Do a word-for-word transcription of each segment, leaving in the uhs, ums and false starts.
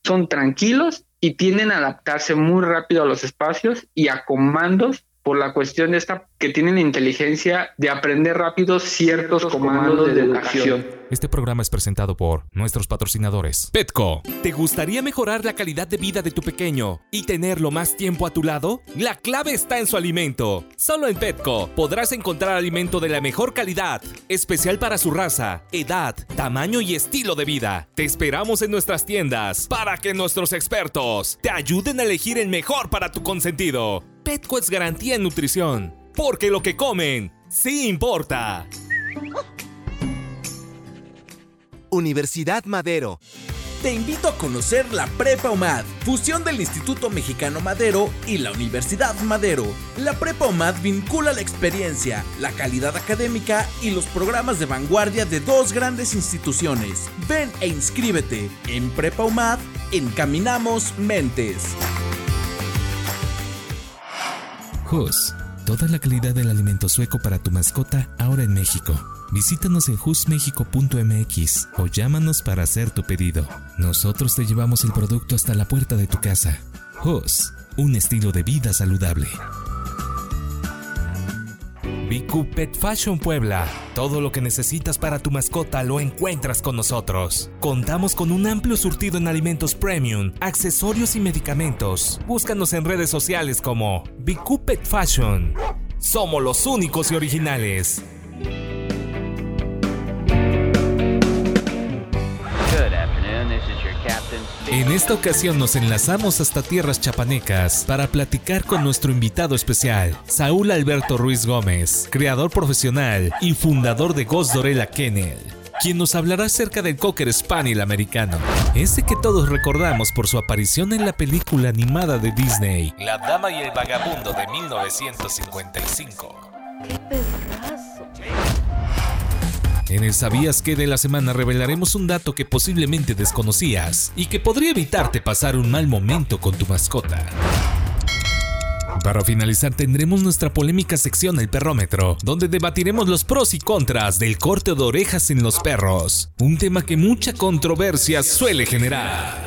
son tranquilos y tienden a adaptarse muy rápido a los espacios y a comandos por la cuestión de esta que tienen inteligencia de aprender rápido ciertos comandos de educación. Este programa es presentado por nuestros patrocinadores. Petco. ¿Te gustaría mejorar la calidad de vida de tu pequeño y tenerlo más tiempo a tu lado? La clave está en su alimento. Solo en Petco podrás encontrar alimento de la mejor calidad, especial para su raza, edad, tamaño y estilo de vida. Te esperamos en nuestras tiendas para que nuestros expertos te ayuden a elegir el mejor para tu consentido. Petco es garantía en nutrición, porque lo que comen sí importa. Universidad Madero. Te invito a conocer la Prepa UMAD, fusión del Instituto Mexicano Madero y la Universidad Madero. La Prepa UMAD vincula la experiencia, la calidad académica y los programas de vanguardia de dos grandes instituciones. Ven e inscríbete. En Prepa UMAD, encaminamos mentes. Hus, toda la calidad del alimento sueco para tu mascota ahora en México. Visítanos en hus mexico punto m x o llámanos para hacer tu pedido. Nosotros te llevamos el producto hasta la puerta de tu casa. Hus, un estilo de vida saludable. B Q Pet Fashion Puebla. Todo lo que necesitas para tu mascota lo encuentras con nosotros. Contamos con un amplio surtido en alimentos premium, accesorios y medicamentos. Búscanos en redes sociales como B Q Pet Fashion. Somos los únicos y originales. En esta ocasión nos enlazamos hasta tierras chapanecas para platicar con nuestro invitado especial, Saúl Alberto Ruiz Gómez, creador profesional y fundador de Ghost Dorella Kennel, quien nos hablará acerca del Cocker Spaniel americano, ese que todos recordamos por su aparición en la película animada de Disney, La Dama y el Vagabundo de mil novecientos cincuenta y cinco. ¡Qué perrazo! En el ¿Sabías qué? De la semana revelaremos un dato que posiblemente desconocías y que podría evitarte pasar un mal momento con tu mascota. Para finalizar tendremos nuestra polémica sección El Perrómetro, donde debatiremos los pros y contras del corte de orejas en los perros, un tema que mucha controversia suele generar.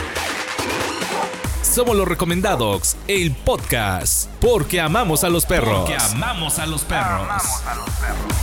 Somos los Recomendados, el podcast, porque amamos a los perros. Porque amamos a los perros. Amamos a los perros.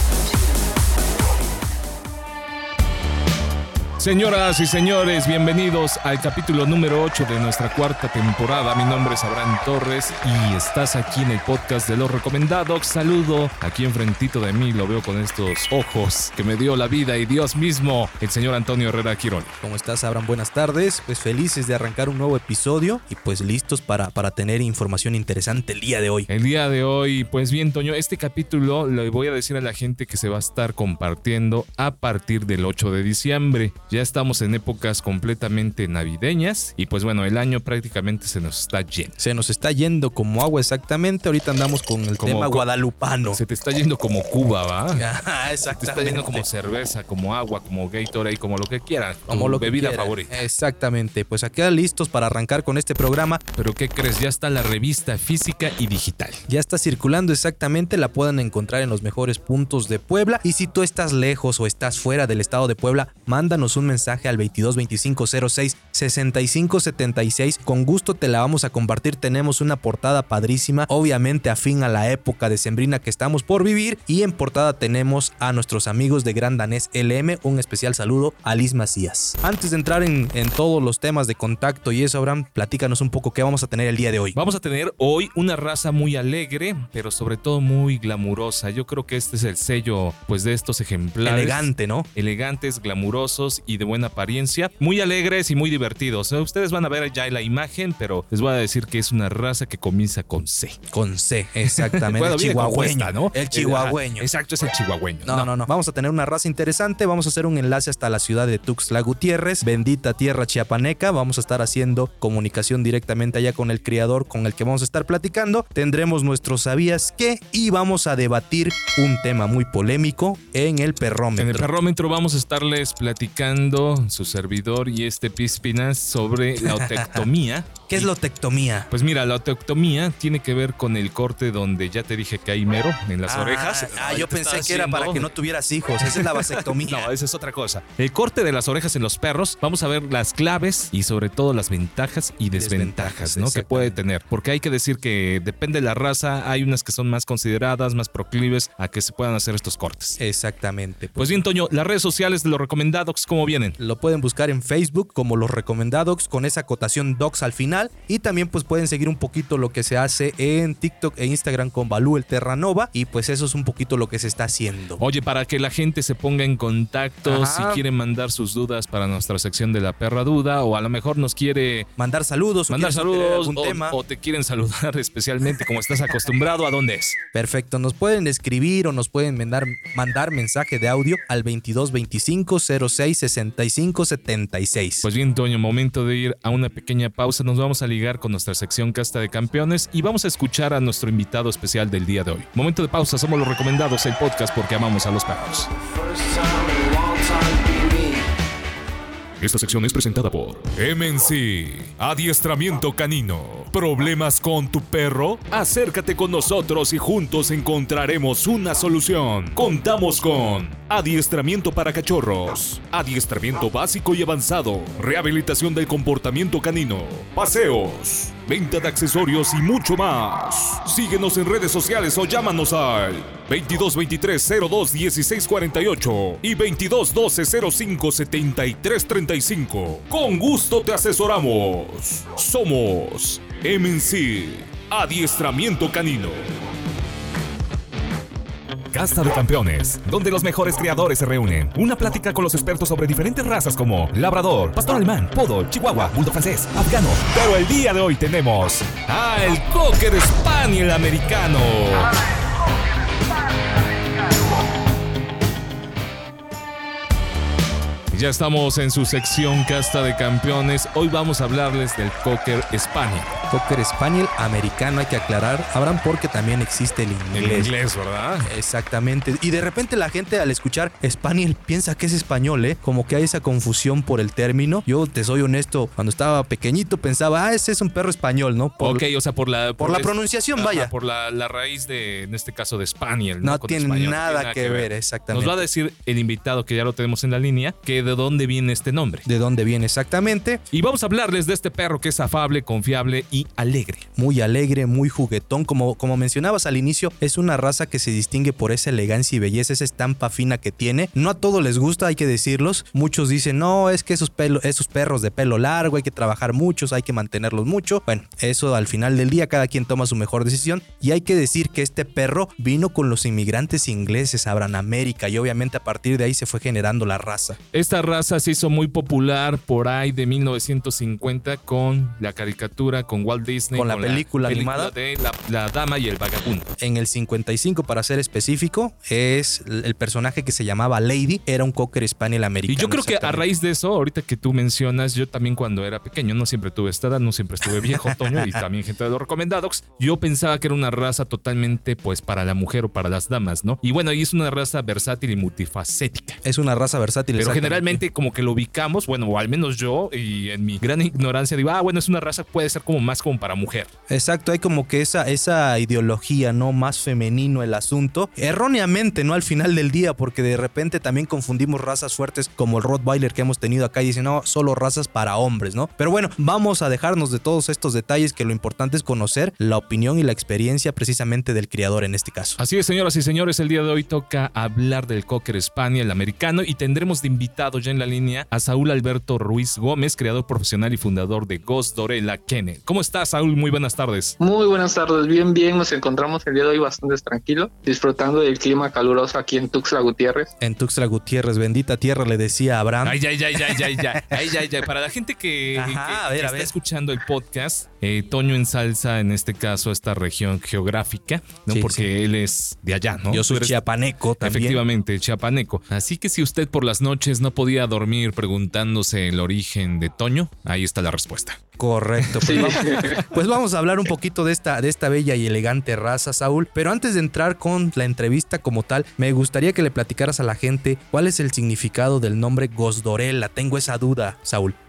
Señoras y señores, bienvenidos al capítulo número ocho de nuestra cuarta temporada. Mi nombre es Abraham Torres y estás aquí en el podcast de Los Recomendados. Saludo aquí enfrentito de mí, lo veo con estos ojos que me dio la vida y Dios mismo, el señor Antonio Herrera Quirón. ¿Cómo estás, Abraham? Buenas tardes. Pues felices de arrancar un nuevo episodio y pues listos para, para tener información interesante el día de hoy. El día de hoy, pues bien, Toño, este capítulo le voy a decir a la gente que se va a estar compartiendo a partir del ocho de diciembre. Ya estamos en épocas completamente navideñas y pues bueno, el año prácticamente se nos está yendo. Se nos está yendo como agua exactamente. Ahorita andamos con el como tema co- guadalupano. Se te está yendo como Cuba, ¿va? Ah, exactamente. Te está yendo como cerveza, como agua, como Gatorade, como lo que quieras. Como, como lo bebida que favorita. Exactamente. Pues aquí listos para arrancar con este programa. Pero ¿qué crees? Ya está la revista física y digital. Ya está circulando exactamente. La pueden encontrar en los mejores puntos de Puebla. Y si tú estás lejos o estás fuera del estado de Puebla, mándanos un mensaje al veintidós veinticinco cero seis sesenta y cinco setenta y seis. Con gusto te la vamos a compartir. Tenemos una portada padrísima, obviamente afín a la época decembrina que estamos por vivir. Y en portada tenemos a nuestros amigos de Gran Danés L M. Un especial saludo a Liz Macías. Antes de entrar en, en todos los temas de contacto y eso, Abraham, platícanos un poco qué vamos a tener el día de hoy. Vamos a tener hoy una raza muy alegre, pero sobre todo muy glamurosa. Yo creo que este es el sello pues de estos ejemplares. Elegante, ¿no? Elegantes, glamurosos y de buena apariencia, muy alegres y muy divertidos. Ustedes van a ver ya la imagen, pero les voy a decir que es una raza que comienza con C. Con C, exactamente. Bueno, el chihuahueño, cuesta, ¿no? El chihuahueño. Exacto, es el chihuahueño. No, no, no, no. Vamos a tener una raza interesante. Vamos a hacer un enlace hasta la ciudad de Tuxtla Gutiérrez, bendita tierra chiapaneca. Vamos a estar haciendo comunicación directamente allá con el criador con el que vamos a estar platicando. Tendremos nuestro ¿Sabías qué? Y vamos a debatir un tema muy polémico en el perrómetro. En el perrómetro vamos a estarles platicando su servidor y este Pispinas sobre la otectomía. ¿Qué es la otectomía? Pues mira, la otectomía tiene que ver con el corte donde ya te dije que hay mero en las ah, orejas. Ah, no, yo pensé que era para que no tuvieras hijos. Esa es la vasectomía. No, esa es otra cosa. El corte de las orejas en los perros. Vamos a ver las claves y sobre todo las ventajas y desventajas, desventajas ¿no? que puede tener. Porque hay que decir que depende de la raza. Hay unas que son más consideradas, más proclives a que se puedan hacer estos cortes. Exactamente. Pues bien, Toño, las redes sociales de los recomendados, ¿cómo vienen? Lo pueden buscar en Facebook como Los Recomendados con esa acotación docs al final. Y también pues pueden seguir un poquito lo que se hace en TikTok e Instagram con Balú el Terranova. Y pues eso es un poquito lo que se está haciendo. Oye, para que la gente se ponga en contacto, Ajá. si quieren mandar sus dudas para nuestra sección de La Perra Duda, o a lo mejor nos quiere mandar saludos, mandar o saludos algún o, tema. o te quieren saludar especialmente como estás acostumbrado, ¿a dónde es? Perfecto, nos pueden escribir o nos pueden mandar, mandar mensaje de audio al veintidós veinticinco cero seis sesenta y cinco setenta y seis. Pues bien, Toño, momento de ir a una pequeña pausa. Nos vamos a ligar con nuestra sección Casta de Campeones y vamos a escuchar a nuestro invitado especial del día de hoy. Momento de pausa, somos Los Recomendados, el podcast porque amamos a los perros. Esta sección es presentada por M N C, Adiestramiento Canino. ¿Problemas con tu perro? Acércate con nosotros y juntos encontraremos una solución. Contamos con adiestramiento para cachorros, adiestramiento básico y avanzado, rehabilitación del comportamiento canino, paseos, venta de accesorios y mucho más. Síguenos en redes sociales o llámanos al veintidós veintitrés cero dos dieciséis cuarenta y ocho y veintidós doce cero cinco setenta y tres treinta y cinco. Con gusto te asesoramos. Somos M N C, Adiestramiento Canino. Casta de Campeones, donde los mejores criadores se reúnen. Una plática con los expertos sobre diferentes razas como labrador, pastor alemán, poodle, chihuahua, bulldog francés, afgano. Pero el día de hoy tenemos a el Cocker Spaniel americano. Ya estamos en su sección Casta de Campeones. Hoy vamos a hablarles del Cocker Spaniel. Cocker Spaniel americano, hay que aclarar, Abraham, porque también existe el inglés. El inglés, ¿verdad? Exactamente. Y de repente la gente al escuchar Spaniel piensa que es español, ¿eh? Como que hay esa confusión por el término. Yo te soy honesto, cuando estaba pequeñito pensaba, ah, ese es un perro español, ¿no? Por, ok, o sea, por la... Por, por la es, pronunciación, ajá, vaya. Por la, la raíz de, en este caso, de Spaniel. No, no tiene, español, nada, no tiene nada que, que ver, ver, exactamente. Nos va a decir el invitado, que ya lo tenemos en la línea, que de dónde viene este nombre. De dónde viene exactamente. Y vamos a hablarles de este perro que es afable, confiable y alegre. Muy alegre, muy juguetón. Como, como mencionabas al inicio, es una raza que se distingue por esa elegancia y belleza, esa estampa fina que tiene. No a todos les gusta, hay que decirlos. Muchos dicen, no, es que esos, pelo, esos perros de pelo largo hay que trabajar muchos, hay que mantenerlos mucho. Bueno, eso al final del día cada quien toma su mejor decisión. Y hay que decir que este perro vino con los inmigrantes ingleses a América y obviamente a partir de ahí se fue generando la raza. Esta raza se hizo muy popular por ahí de mil novecientos cincuenta con la caricatura, con Walt Disney. Con la con película, la animada. De la, la Dama y el Vagabundo. En el cincuenta y cinco, para ser específico, es el personaje que se llamaba Lady, era un Cocker Spaniel americano. Y yo creo que a raíz de eso, ahorita que tú mencionas, yo también cuando era pequeño, no siempre tuve esta edad, no siempre estuve viejo, Toño, y también gente de los recomendados, yo pensaba que era una raza totalmente pues para la mujer o para las damas, ¿no? Y bueno, ahí es una raza versátil y multifacética. Es una raza versátil. Pero generalmente como que lo ubicamos, bueno, o al menos yo, y en mi gran ignorancia digo, ah, bueno, es una raza, puede ser como más como para mujer. Exacto, hay como que esa, esa ideología, ¿no? Más femenino el asunto. Erróneamente, ¿no? Al final del día, porque de repente también confundimos razas fuertes como el Rottweiler que hemos tenido acá y dicen, no, solo razas para hombres, ¿no? Pero bueno, vamos a dejarnos de todos estos detalles, que lo importante es conocer la opinión y la experiencia precisamente del criador en este caso. Así es, señoras y señores, el día de hoy toca hablar del Cocker Spaniel americano y tendremos de invitado ya en la línea a Saúl Alberto Ruiz Gómez, creador profesional y fundador de Ghost Dorella Kennel. ¿Cómo estás, Saúl? Muy buenas tardes. Muy buenas tardes, bien, bien, nos encontramos el día de hoy bastante tranquilo, disfrutando del clima caluroso aquí en Tuxtla Gutiérrez. En Tuxtla Gutiérrez, bendita tierra, le decía Abraham. Ay, ay, ay, ay, ay, ay, ay, ay, ay. Para la gente que, Ajá, que, a ver, que a está ver. escuchando el podcast, eh, Toño ensalza en este caso esta región geográfica, ¿no? Sí, Porque sí. él es de allá, ¿no? Yo soy Tú eres- chiapaneco también. Efectivamente, chiapaneco. Así que si usted por las noches no podía dormir preguntándose el origen de Toño, ahí está la respuesta. Correcto. Pues, Sí. vamos, pues vamos a hablar un poquito de esta, de esta bella y elegante raza, Saúl. Pero antes de entrar con la entrevista como tal, me gustaría que le platicaras a la gente cuál es el significado del nombre Ghost Dorella. Tengo esa duda, Saúl.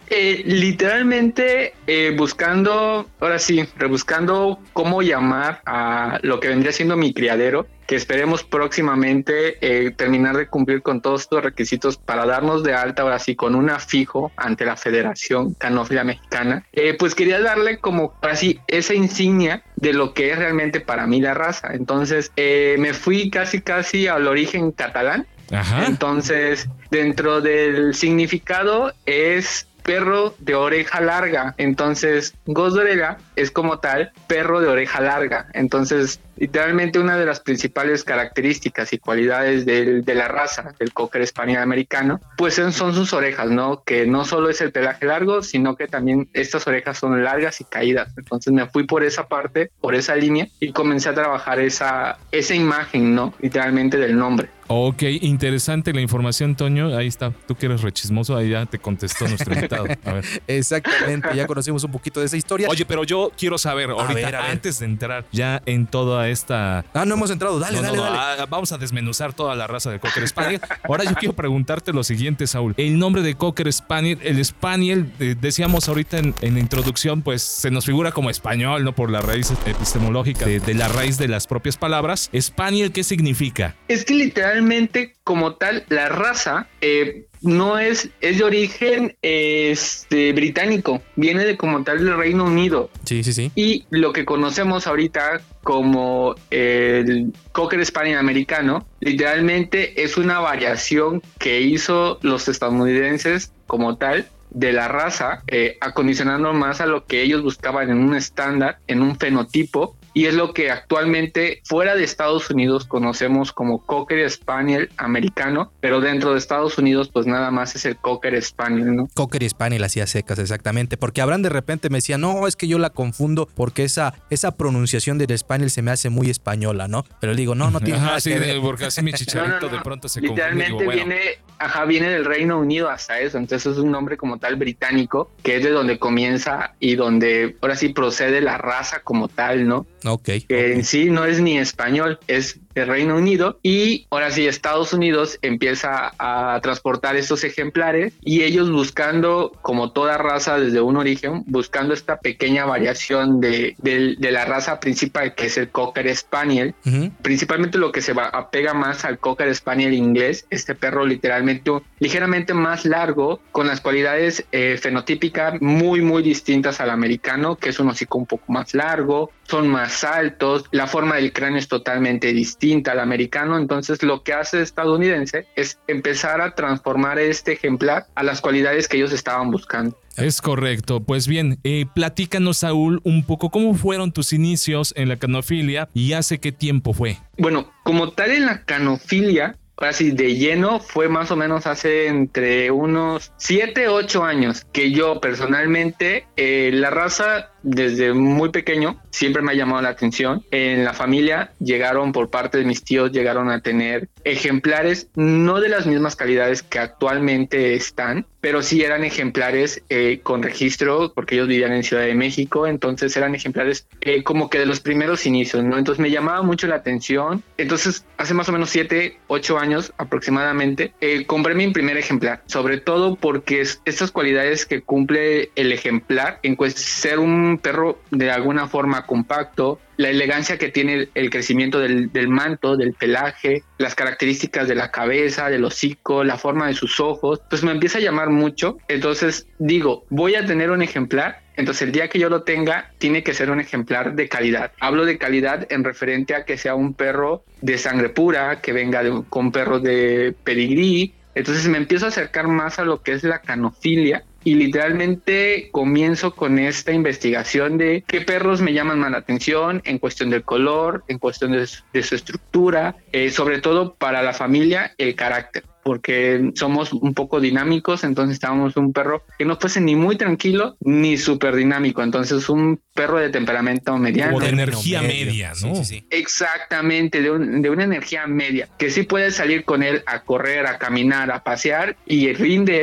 Eh, literalmente eh, buscando, ahora sí, rebuscando cómo llamar a lo que vendría siendo mi criadero, que esperemos próximamente eh, terminar de cumplir con todos estos requisitos para darnos de alta ahora sí con un afijo ante la Federación Canófila Mexicana. Eh, pues quería darle como así esa insignia de lo que es realmente para mí la raza. Entonces eh, me fui casi casi al origen catalán. Ajá. Entonces dentro del significado es perro de oreja larga. Entonces Gos d'Orella es como tal perro de oreja larga. Entonces literalmente una de las principales características y cualidades del, de la raza del Cocker Spaniel americano pues son, son sus orejas, ¿no? Que no solo es el pelaje largo, sino que también estas orejas son largas y caídas. Entonces me fui por esa parte, por esa línea, y comencé a trabajar esa, esa imagen, ¿no? Literalmente del nombre. Ok, interesante la información, Toño. Ahí está, tú que eres rechismoso, ahí ya te contestó nuestro invitado. A ver. Exactamente, ya conocimos un poquito de esa historia. Oye, pero yo quiero saber ahorita, ver, a ver. antes de entrar ya en toda esta... Ah, no hemos entrado, dale, No, dale, no, no, dale. ah, vamos a desmenuzar toda la raza de Cocker Spaniel. Ahora yo quiero preguntarte lo siguiente, Saúl. El nombre de Cocker Spaniel, el Spaniel, eh, decíamos ahorita en, en la introducción, pues se nos figura como español, ¿no? Por la raíz epistemológica de, de la raíz de las propias palabras. Spaniel, ¿qué significa? Es que literalmente como tal la raza eh, no es, es de origen este, británico, viene de como tal del Reino Unido. Sí, sí, sí. Y lo que conocemos ahorita como el Cocker Spaniel americano, literalmente es una variación que hizo los estadounidenses como tal de la raza, eh, acondicionando más a lo que ellos buscaban en un estándar, en un fenotipo, y es lo que actualmente fuera de Estados Unidos conocemos como Cocker Spaniel americano, pero dentro de Estados Unidos pues nada más es el Cocker Spaniel, ¿no? Cocker Spaniel así a secas, exactamente, porque Abraham de repente me decía, no, es que yo la confundo porque esa, esa pronunciación del Spaniel se me hace muy española, ¿no? Pero le digo, no, no tiene Ajá, nada sí, que ver. porque así mi chicharito No, no, no. de pronto se confunde. Literalmente Digo, bueno. viene, ajá, viene del Reino Unido hasta eso, entonces es un nombre como tal británico, que es de donde comienza y donde ahora sí procede la raza como tal, ¿no? Ok. Que en sí no es ni español, es de Reino Unido, y ahora sí Estados Unidos empieza a transportar estos ejemplares y ellos buscando, como toda raza desde un origen, buscando esta pequeña variación de, de, de la raza principal que es el Cocker Spaniel. Uh-huh. Principalmente lo que se va, apega más al Cocker Spaniel inglés, este perro literalmente ligeramente más largo, con las cualidades eh, fenotípicas muy muy distintas al americano, que es un hocico un poco más largo, son más altos, la forma del cráneo es totalmente distinta al americano. Entonces lo que hace el estadounidense es empezar a transformar este ejemplar a las cualidades que ellos estaban buscando. Es correcto. Pues bien, eh, platícanos, Saúl, un poco cómo fueron tus inicios en la canofilia y hace qué tiempo fue. Bueno, como tal en la canofilia, ahora sí, de lleno, fue más o menos hace entre unos siete, ocho años que yo personalmente, eh, la raza desde muy pequeño siempre me ha llamado la atención. En la familia llegaron, por parte de mis tíos, llegaron a tener ejemplares no de las mismas calidades que actualmente están, pero sí eran ejemplares eh, con registro, porque ellos vivían en Ciudad de México, entonces eran ejemplares eh, como que de los primeros inicios, ¿no? Entonces me llamaba mucho la atención. Entonces hace más o menos siete, ocho años aproximadamente, eh, compré mi primer ejemplar, sobre todo porque es, estas cualidades que cumple el ejemplar en pues, ser un perro de alguna forma compacto, la elegancia que tiene el crecimiento del, del manto, del pelaje, las características de la cabeza, del hocico, la forma de sus ojos, pues me empieza a llamar mucho. Entonces digo, voy a tener un ejemplar, entonces el día que yo lo tenga tiene que ser un ejemplar de calidad. Hablo de calidad en referente a que sea un perro de sangre pura, que venga de, con perros de pedigrí. Entonces me empiezo a acercar más a lo que es la canofilia. Y literalmente comienzo con esta investigación de qué perros me llaman más la atención en cuestión del color, en cuestión de su, de su estructura, eh, sobre todo para la familia, el carácter, porque somos un poco dinámicos, entonces estábamos un perro que no fuese ni muy tranquilo ni súper dinámico, entonces un perro de temperamento mediano. Como de energía medio. media, ¿no? Sí, sí, sí. Exactamente, de, un, de una energía media, que sí puedes salir con él a correr, a caminar, a pasear y rinde eso,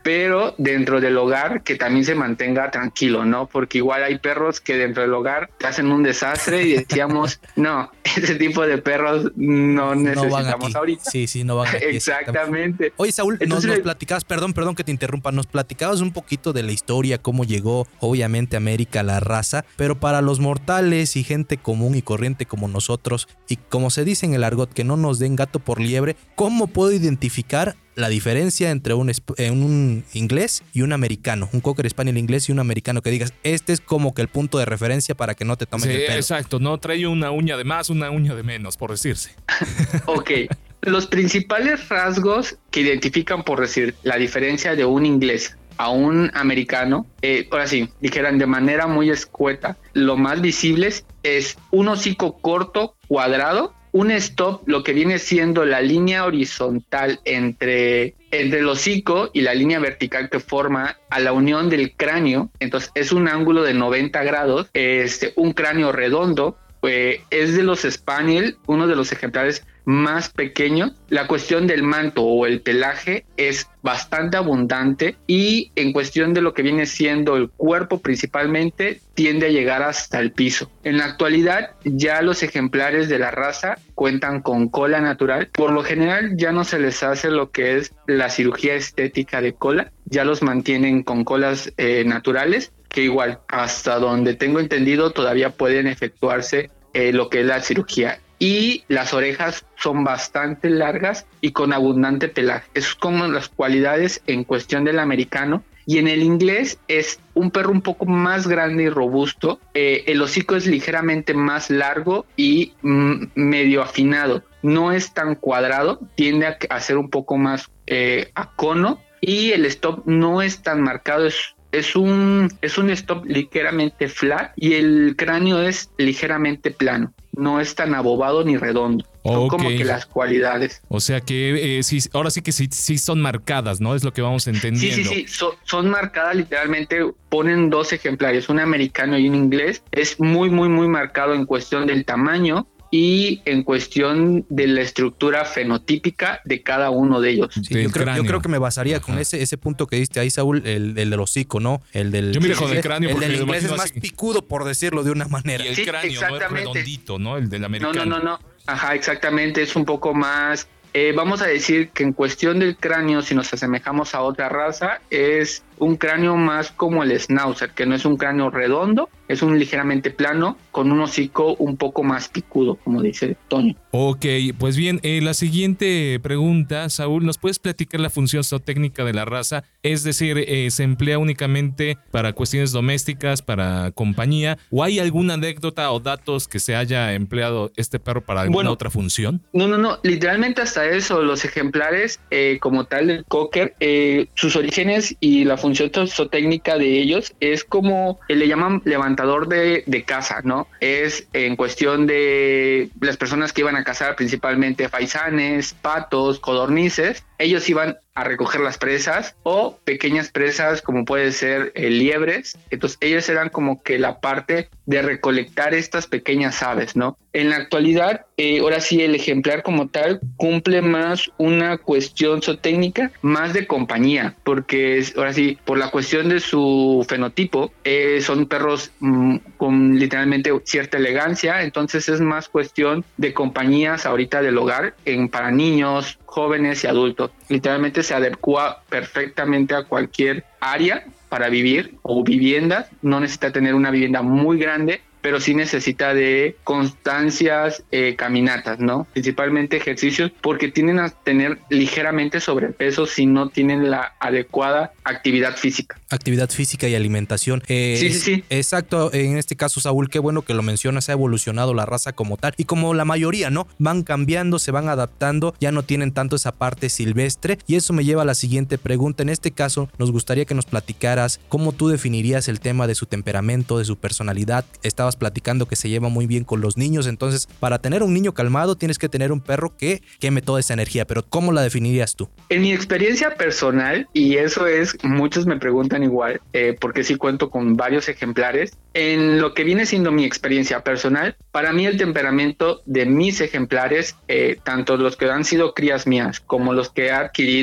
pero dentro del hogar que también se mantenga tranquilo, ¿no? Porque igual hay perros que dentro del hogar te hacen un desastre y decíamos, no, ese tipo de perros no necesitamos no ahorita. Sí, sí, no van aquí. Exactamente. Oye, Saúl, Entonces, nos, nos platicabas, perdón, perdón que te interrumpa, nos platicabas un poquito de la historia, cómo llegó obviamente a América la raza, pero para los mortales y gente común y corriente como nosotros, y como se dice en el argot, que no nos den gato por liebre, ¿cómo puedo identificar la diferencia entre un, un inglés y un americano? Un Cocker Spaniel inglés y un americano, que digas, este es como que el punto de referencia para que no te tomes sí, el pelo. Exacto, no trae una uña de más, una uña de menos, por decirse. Ok. Los principales rasgos que identifican, por decir, la diferencia de un inglés a un americano, eh, ahora sí, dijeran de manera muy escueta, lo más visibles es un hocico corto, cuadrado, un stop, lo que viene siendo la línea horizontal entre, entre el hocico y la línea vertical que forma a la unión del cráneo. Entonces es un ángulo de noventa grados, este, un cráneo redondo. Eh, es de los Spaniel, uno de los ejemplares más pequeños. La cuestión del manto o el pelaje es bastante abundante, y en cuestión de lo que viene siendo el cuerpo principalmente tiende a llegar hasta el piso. En la actualidad ya los ejemplares de la raza cuentan con cola natural. Por lo general ya no se les hace lo que es la cirugía estética de cola, ya los mantienen con colas eh, naturales, que igual hasta donde tengo entendido todavía pueden efectuarse eh, lo que es la cirugía. Y las orejas son bastante largas y con abundante pelaje. Esas son como las cualidades en cuestión del americano. Y en el inglés es un perro un poco más grande y robusto. Eh, el hocico es ligeramente más largo y mm, medio afinado. No es tan cuadrado, tiende a, a ser un poco más eh, a cono. Y el stop no es tan marcado, es Es un, es un stop ligeramente flat, y el cráneo es ligeramente plano. No es tan abobado ni redondo. Son okay. como que las cualidades. O sea que eh, sí, ahora sí que sí, sí son marcadas, ¿no? Es lo que vamos entendiendo. Sí, sí, sí. So, son marcadas literalmente. Ponen dos ejemplares, un americano y un inglés. Es muy, muy, muy marcado en cuestión del tamaño y en cuestión de la estructura fenotípica de cada uno de ellos. Sí, yo, creo, yo creo que me basaría Ajá. con ese, ese punto que diste ahí, Saúl, el, el del hocico, ¿no? El del, yo mire con el cráneo, el porque del inglés es más así. picudo, por decirlo de una manera. Y el sí, cráneo no es redondito, ¿no? El del americano. No, no, no, no. Ajá, exactamente, es un poco más... Eh, vamos a decir que en cuestión del cráneo, si nos asemejamos a otra raza, es un cráneo más como el Schnauzer, que no es un cráneo redondo, es un ligeramente plano, con un hocico un poco más picudo, como dice Toño. Ok, pues bien, eh, la siguiente pregunta, Saúl, ¿nos puedes platicar la función zootécnica de la raza? Es decir, eh, ¿se emplea únicamente para cuestiones domésticas, para compañía? ¿O hay alguna anécdota o datos que se haya empleado este perro para alguna bueno, otra función? No, no, no, literalmente hasta eso, los ejemplares eh, como tal del Cocker, eh, sus orígenes y la función zootécnica de ellos es como eh, le llaman levantador de, de caza, ¿no? Es en cuestión de las personas que iban a cazar, principalmente faisanes, patos, codornices. Ellos iban a recoger las presas o pequeñas presas como puede ser eh, liebres. Entonces ellos eran como que la parte de recolectar estas pequeñas aves, ¿no? En la actualidad, eh, ahora sí el ejemplar como tal cumple más una cuestión zootécnica, más de compañía, porque es, ahora sí, por la cuestión de su fenotipo, eh, son perros mmm, con literalmente cierta elegancia, entonces es más cuestión de compañías ahorita del hogar en, para niños, jóvenes y adultos. Literalmente se adecua perfectamente a cualquier área para vivir o vivienda. No necesita tener una vivienda muy grande, pero sí necesita de constancias, eh, caminatas, ¿no? Principalmente ejercicios, porque tienden a tener ligeramente sobrepeso si no tienen la adecuada actividad física. Actividad física y alimentación. Eh, sí, sí, sí. Exacto. En este caso, Saúl, qué bueno que lo mencionas, ha evolucionado la raza como tal. Y como la mayoría, ¿no? Van cambiando, se van adaptando, ya no tienen tanto esa parte silvestre. Y eso me lleva a la siguiente pregunta. En este caso, nos gustaría que nos platicaras cómo tú definirías el tema de su temperamento, de su personalidad. Estabas platicando que se lleva muy bien con los niños, entonces para tener un niño calmado tienes que tener un perro que queme toda esa energía, pero ¿cómo la definirías tú? En mi experiencia personal, y eso es, muchos me preguntan igual, eh, porque sí cuento con varios ejemplares, en lo que viene siendo mi experiencia personal, para mí el temperamento de mis ejemplares, eh, tanto los que han sido crías mías como los que he adquirido,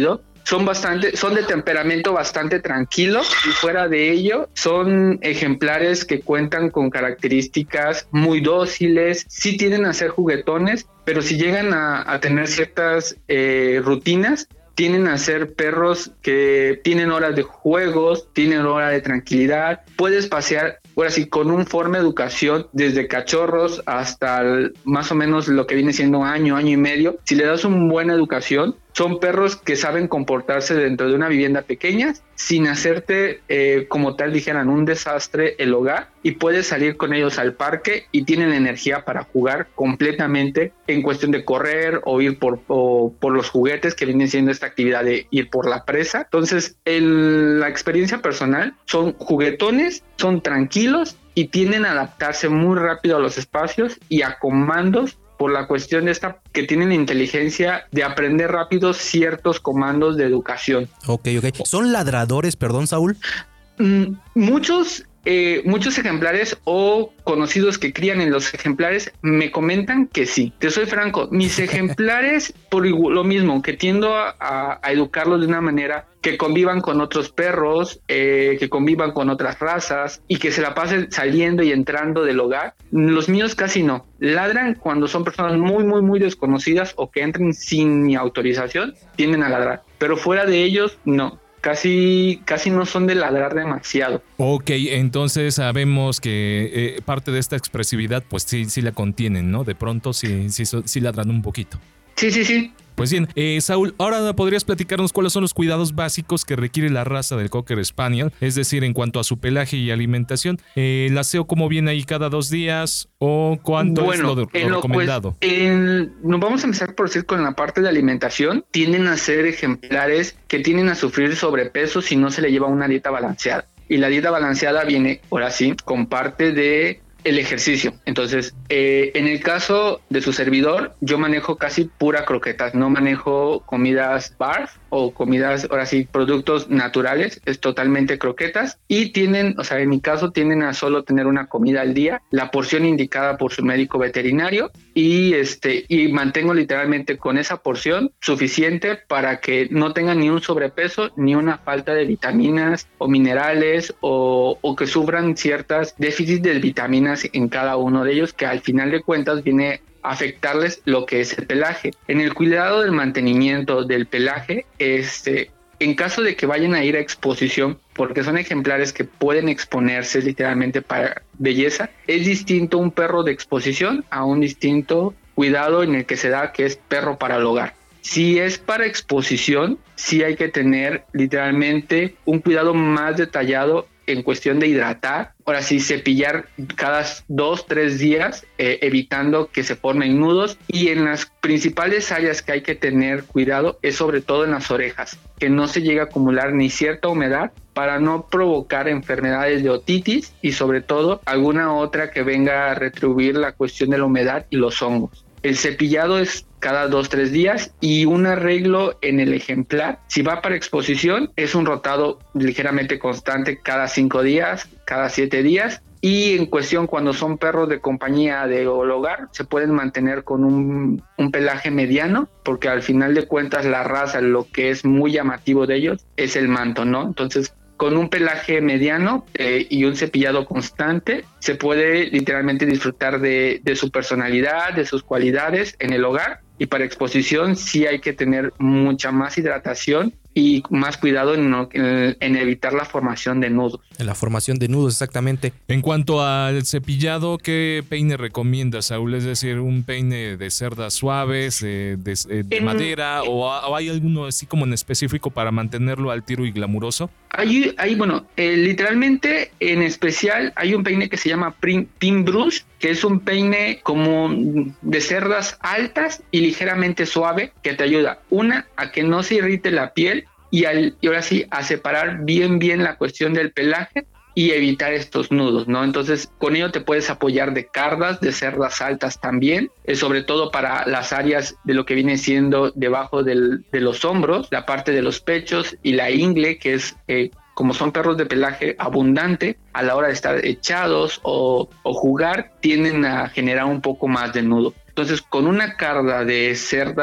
son bastante, son de temperamento bastante tranquilo y fuera de ello son ejemplares que cuentan con características muy dóciles, sí tienden a ser juguetones, pero si llegan a, a tener ciertas eh, rutinas, tienden a ser perros que tienen horas de juegos, tienen hora de tranquilidad, puedes pasear ahora sí con un forma de educación desde cachorros hasta el, más o menos lo que viene siendo año, año y medio. Si le das una buena educación, son perros que saben comportarse dentro de una vivienda pequeña sin hacerte, eh, como tal dijeran, un desastre el hogar, y puedes salir con ellos al parque y tienen energía para jugar completamente en cuestión de correr o ir por, o, por los juguetes que viene siendo esta actividad de ir por la presa. Entonces, el, la experiencia personal, son juguetones, son tranquilos y tienden a adaptarse muy rápido a los espacios y a comandos por la cuestión de esta que tienen inteligencia de aprender rápido ciertos comandos de educación. Ok, ok. ¿Son ladradores, perdón, Saúl? Mm, muchos, eh, muchos ejemplares o conocidos que crían en los ejemplares me comentan que sí. Te soy franco, mis ejemplares, por lo mismo, que tiendo a, a, a educarlos de una manera que convivan con otros perros, eh, que convivan con otras razas y que se la pasen saliendo y entrando del hogar. Los míos casi no. Ladran cuando son personas muy, muy, muy desconocidas o que entren sin mi autorización, tienden a ladrar. Pero fuera de ellos, no. Casi, casi no son de ladrar demasiado. Ok, entonces sabemos que eh, parte de esta expresividad, pues sí, sí la contienen, ¿no? De pronto sí, sí, sí ladran un poquito. Sí, sí, sí. Pues bien, eh, Saúl, ahora podrías platicarnos cuáles son los cuidados básicos que requiere la raza del Cocker Spaniel, es decir, en cuanto a su pelaje y alimentación. Eh, ¿El aseo cómo viene ahí cada dos días o cuánto bueno, es lo, de, lo lo recomendado? Pues, en, nos vamos a empezar por decir con la parte de alimentación. Tienden a ser ejemplares que tienden a sufrir sobrepeso si no se le lleva una dieta balanceada. Y la dieta balanceada viene, ahora sí, con parte de el ejercicio. Entonces, eh, en el caso de su servidor, yo manejo casi pura croquetas, no manejo comidas barf o comidas, ahora sí, productos naturales, es totalmente croquetas y tienen, o sea, en mi caso tienden a solo tener una comida al día, la porción indicada por su médico veterinario y este y mantengo literalmente con esa porción suficiente para que no tengan ni un sobrepeso ni una falta de vitaminas o minerales o, o que sufran ciertas déficits de vitaminas en cada uno de ellos, que al final de cuentas viene a afectarles lo que es el pelaje. En el cuidado del mantenimiento del pelaje, este, en caso de que vayan a ir a exposición, porque son ejemplares que pueden exponerse literalmente para belleza, es distinto un perro de exposición a un distinto cuidado en el que se da, que es perro para el hogar. Si es para exposición, sí hay que tener literalmente un cuidado más detallado en cuestión de hidratar, ahora sí cepillar cada dos, tres días, eh, evitando que se formen nudos, y en las principales áreas que hay que tener cuidado es sobre todo en las orejas, que no se llegue a acumular ni cierta humedad para no provocar enfermedades de otitis y sobre todo alguna otra que venga a retribuir la cuestión de la humedad y los hongos. El cepillado es cada dos, tres días y un arreglo en el ejemplar. Si va para exposición, es un rotado ligeramente constante cada cinco días, cada siete días. Y en cuestión, cuando son perros de compañía de hogar, se pueden mantener con un, un pelaje mediano, porque al final de cuentas la raza, lo que es muy llamativo de ellos, es el manto, ¿no? Entonces, con un pelaje mediano eh, y un cepillado constante, se puede literalmente disfrutar de, de su personalidad, de sus cualidades en el hogar. Y para exposición sí hay que tener mucha más hidratación y más cuidado en, en, en evitar la formación de nudos. En la formación de nudos, exactamente. En cuanto al cepillado, ¿qué peine recomiendas, Saúl? Es decir, ¿un peine de cerdas suaves, de, de, de en, madera, o, o hay alguno así como en específico para mantenerlo al tiro y glamuroso? Hay, hay bueno, eh, literalmente en especial hay un peine que se llama Pin, Pin Brush, que es un peine como de cerdas altas y ligeramente suave, que te ayuda, una, a que no se irrite la piel y, al, y ahora sí, a separar bien bien la cuestión del pelaje y evitar estos nudos, ¿no? Entonces, con ello te puedes apoyar de cardas, de cerdas altas también, eh, sobre todo para las áreas de lo que viene siendo debajo del, de los hombros, la parte de los pechos y la ingle, que es... Eh, como son perros de pelaje abundante, a la hora de estar echados o, o jugar, tienden a generar un poco más de nudo. Entonces, con una carda de cerdas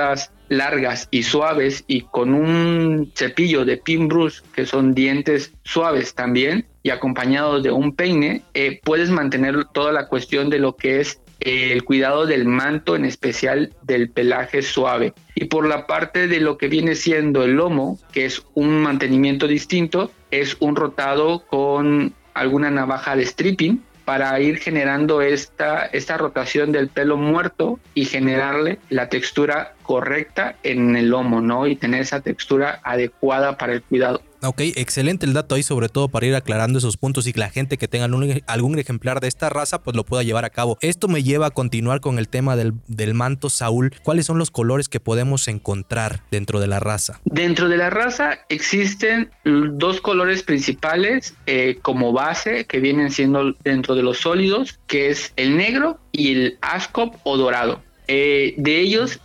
largas y suaves y con un cepillo de pin brush, que son dientes suaves también, y acompañados de un peine, eh, puedes mantener toda la cuestión de lo que es el cuidado del manto, en especial del pelaje suave. Y por la parte de lo que viene siendo el lomo, que es un mantenimiento distinto, es un rotado con alguna navaja de stripping para ir generando esta, esta rotación del pelo muerto y generarle la textura correcta en el lomo, ¿no? Y tener esa textura adecuada para el cuidado. Ok, excelente el dato ahí, sobre todo para ir aclarando esos puntos y que la gente que tenga un, algún ejemplar de esta raza pues lo pueda llevar a cabo. Esto me lleva a continuar con el tema del, del manto, Saúl. ¿Cuáles son los colores que podemos encontrar dentro de la raza? Dentro de la raza existen dos colores principales eh, como base, que vienen siendo dentro de los sólidos, que es el negro y el Ascop o dorado. Eh, de ellos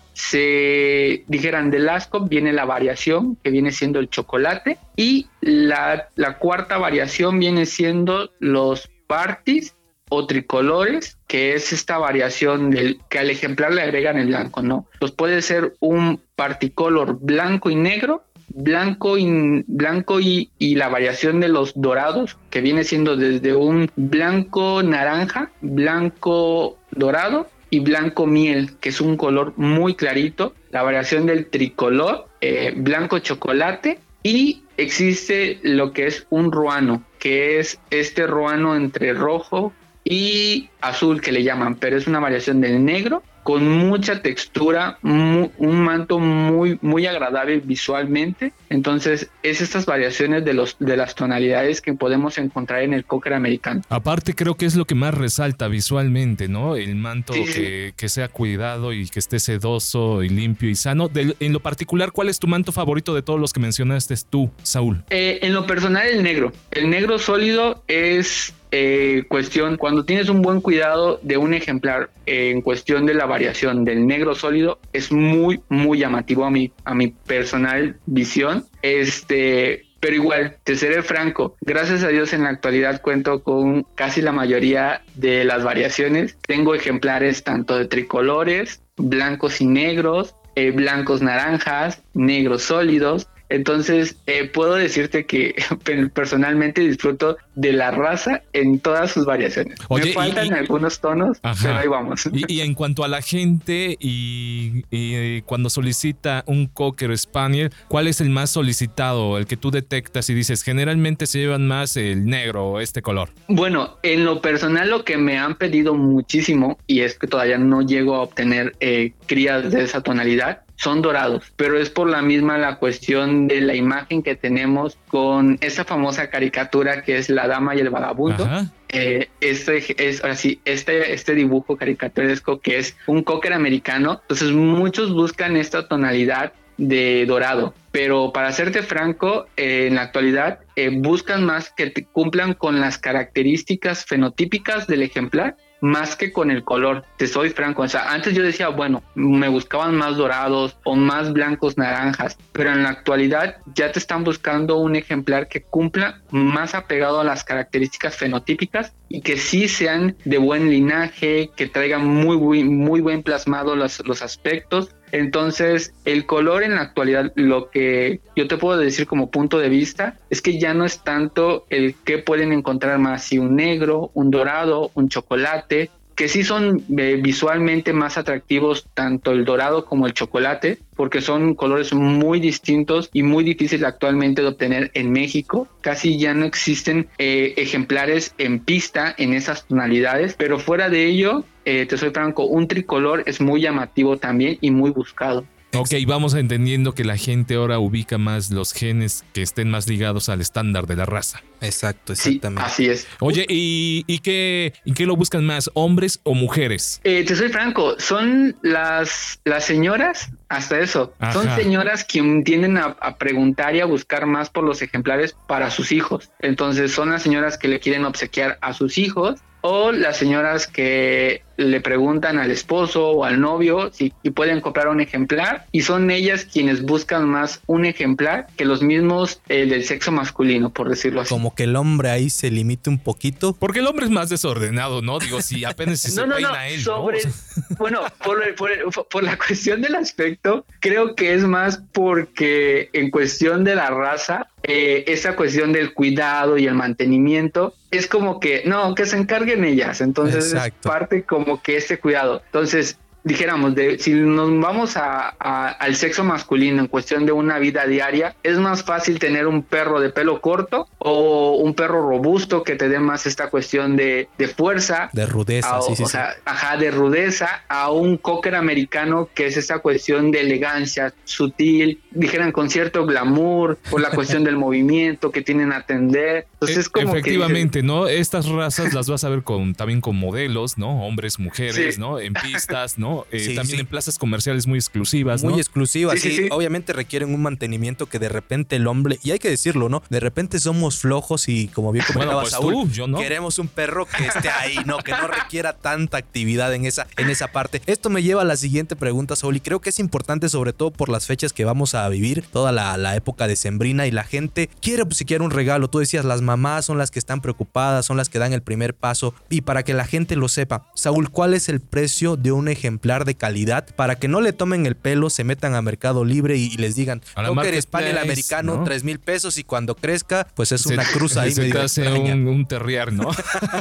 se dijeran del Ascop viene la variación que viene siendo el chocolate, y la, la cuarta variación viene siendo los partis o tricolores, que es esta variación del que al ejemplar le agregan el blanco, ¿no? Pues puede ser un particolor blanco y negro, blanco y blanco y, y la variación de los dorados, que viene siendo desde un blanco naranja, blanco dorado y blanco miel, que es un color muy clarito, la variación del tricolor, eh, blanco chocolate, y existe lo que es un ruano, que es este ruano entre rojo y azul que le llaman, pero es una variación del negro con mucha textura, muy, un manto muy, muy agradable visualmente. Entonces, es estas variaciones de, los, de las tonalidades que podemos encontrar en el cocker americano. Aparte, creo que es lo que más resalta visualmente, ¿no? El manto sí, que, sí. que sea cuidado y que esté sedoso y limpio y sano. De, en lo particular, ¿cuál es tu manto favorito de todos los que mencionaste tú, Saúl? Eh, en lo personal, el negro. El negro sólido es... Eh, cuestión, cuando tienes un buen cuidado de un ejemplar eh, en cuestión de la variación del negro sólido, es muy, muy llamativo a mi, a mi personal visión. Este, pero igual, te seré franco, gracias a Dios en la actualidad cuento con casi la mayoría de las variaciones. Tengo ejemplares tanto de tricolores, blancos y negros, eh, blancos naranjas, negros sólidos. Entonces, eh, puedo decirte que personalmente disfruto de la raza en todas sus variaciones. Oye, me faltan y, y, algunos tonos, ajá, pero ahí vamos. Y, y en cuanto a la gente y, y cuando solicita un Cocker Spaniel, ¿cuál es el más solicitado? El que tú detectas y dices, generalmente se llevan más el negro o este color. Bueno, en lo personal lo que me han pedido muchísimo, y es que todavía no llego a obtener eh, crías de esa tonalidad, son dorados, pero es por la misma la cuestión de la imagen que tenemos con esa famosa caricatura que es La Dama y el Vagabundo. Eh, este es así, este, este dibujo caricaturesco que es un cocker americano. Entonces muchos buscan esta tonalidad de dorado, pero para serte franco, eh, en la actualidad eh, buscan más que te cumplan con las características fenotípicas del ejemplar, más que con el color, te soy franco. O sea, antes yo decía, bueno, me buscaban más dorados o más blancos naranjas, pero en la actualidad ya te están buscando un ejemplar que cumpla más apegado a las características fenotípicas y que sí sean de buen linaje, que traigan muy, muy, muy buen plasmado los, los aspectos. Entonces, el color en la actualidad, lo que yo te puedo decir como punto de vista, es que ya no es tanto el que pueden encontrar más, si un negro, un dorado, un chocolate, que sí son eh, visualmente más atractivos tanto el dorado como el chocolate, porque son colores muy distintos y muy difíciles actualmente de obtener en México. Casi ya no existen eh, ejemplares en pista en esas tonalidades, pero fuera de ello, eh, te soy franco, un tricolor es muy llamativo también y muy buscado. Ok, vamos entendiendo que la gente ahora ubica más los genes que estén más ligados al estándar de la raza. Exacto, exactamente. Sí, así es. Oye, ¿y, y, qué, ¿y qué lo buscan más, hombres o mujeres? Eh, te soy franco, son las, las señoras, hasta eso, Ajá. son señoras quien tienden a, a preguntar y a buscar más por los ejemplares para sus hijos. Entonces son las señoras que le quieren obsequiar a sus hijos o las señoras que le preguntan al esposo o al novio si y pueden comprar un ejemplar, y son ellas quienes buscan más un ejemplar que los mismos eh, del sexo masculino, por decirlo así. Como que el hombre ahí se limite un poquito. Porque el hombre es más desordenado, ¿no? Digo, si apenas si se no, no, peina no, él, sobre, ¿no? Bueno, por, por, por la cuestión del aspecto, creo que es más porque en cuestión de la raza, eh, esa cuestión del cuidado y el mantenimiento, es como que, no, que se encarguen ellas. Entonces Exacto. es parte como que ese cuidado. Entonces, dijéramos, de, si nos vamos a, a, al sexo masculino en cuestión de una vida diaria, es más fácil tener un perro de pelo corto o un perro robusto que te dé más esta cuestión de, de fuerza, de rudeza, a, sí, sí, o sí. sea, ajá, de rudeza, a un cocker americano que es esta cuestión de elegancia, sutil, dijeran con cierto glamour, por la cuestión del movimiento que tienen a atender. Entonces es como efectivamente, que dices, ¿no? Estas razas las vas a ver con también con modelos, ¿no? Hombres, mujeres, Sí. ¿no? En pistas, ¿no? Eh, Sí, también sí. en plazas comerciales muy exclusivas, Muy ¿no? exclusivas, Sí, sí, sí, sí. Obviamente requieren un mantenimiento que de repente el hombre, y hay que decirlo, ¿no? De repente somos flojos y como bien comentaba Bueno, pues Saúl, tú, yo no. queremos un perro que esté ahí, ¿no? Que no requiera tanta actividad en esa, en esa parte. Esto me lleva a la siguiente pregunta, Saúl, y creo que es importante sobre todo por las fechas que vamos a vivir, toda la, la época decembrina, y la gente quiere pues, siquiera un regalo. Tú decías, las mamás son las que están preocupadas, son las que dan el primer paso, y para que la gente lo sepa, Saúl, ¿cuál es el precio de un ejemplar de calidad para que no le tomen el pelo, se metan a Mercado Libre y, y les digan, A la Cocker Spaniel Marketplace, americano, ¿no? tres mil pesos, y cuando crezca, pues es Se- una cruz ahí se medio te hace extraña. un, un terrier, ¿no?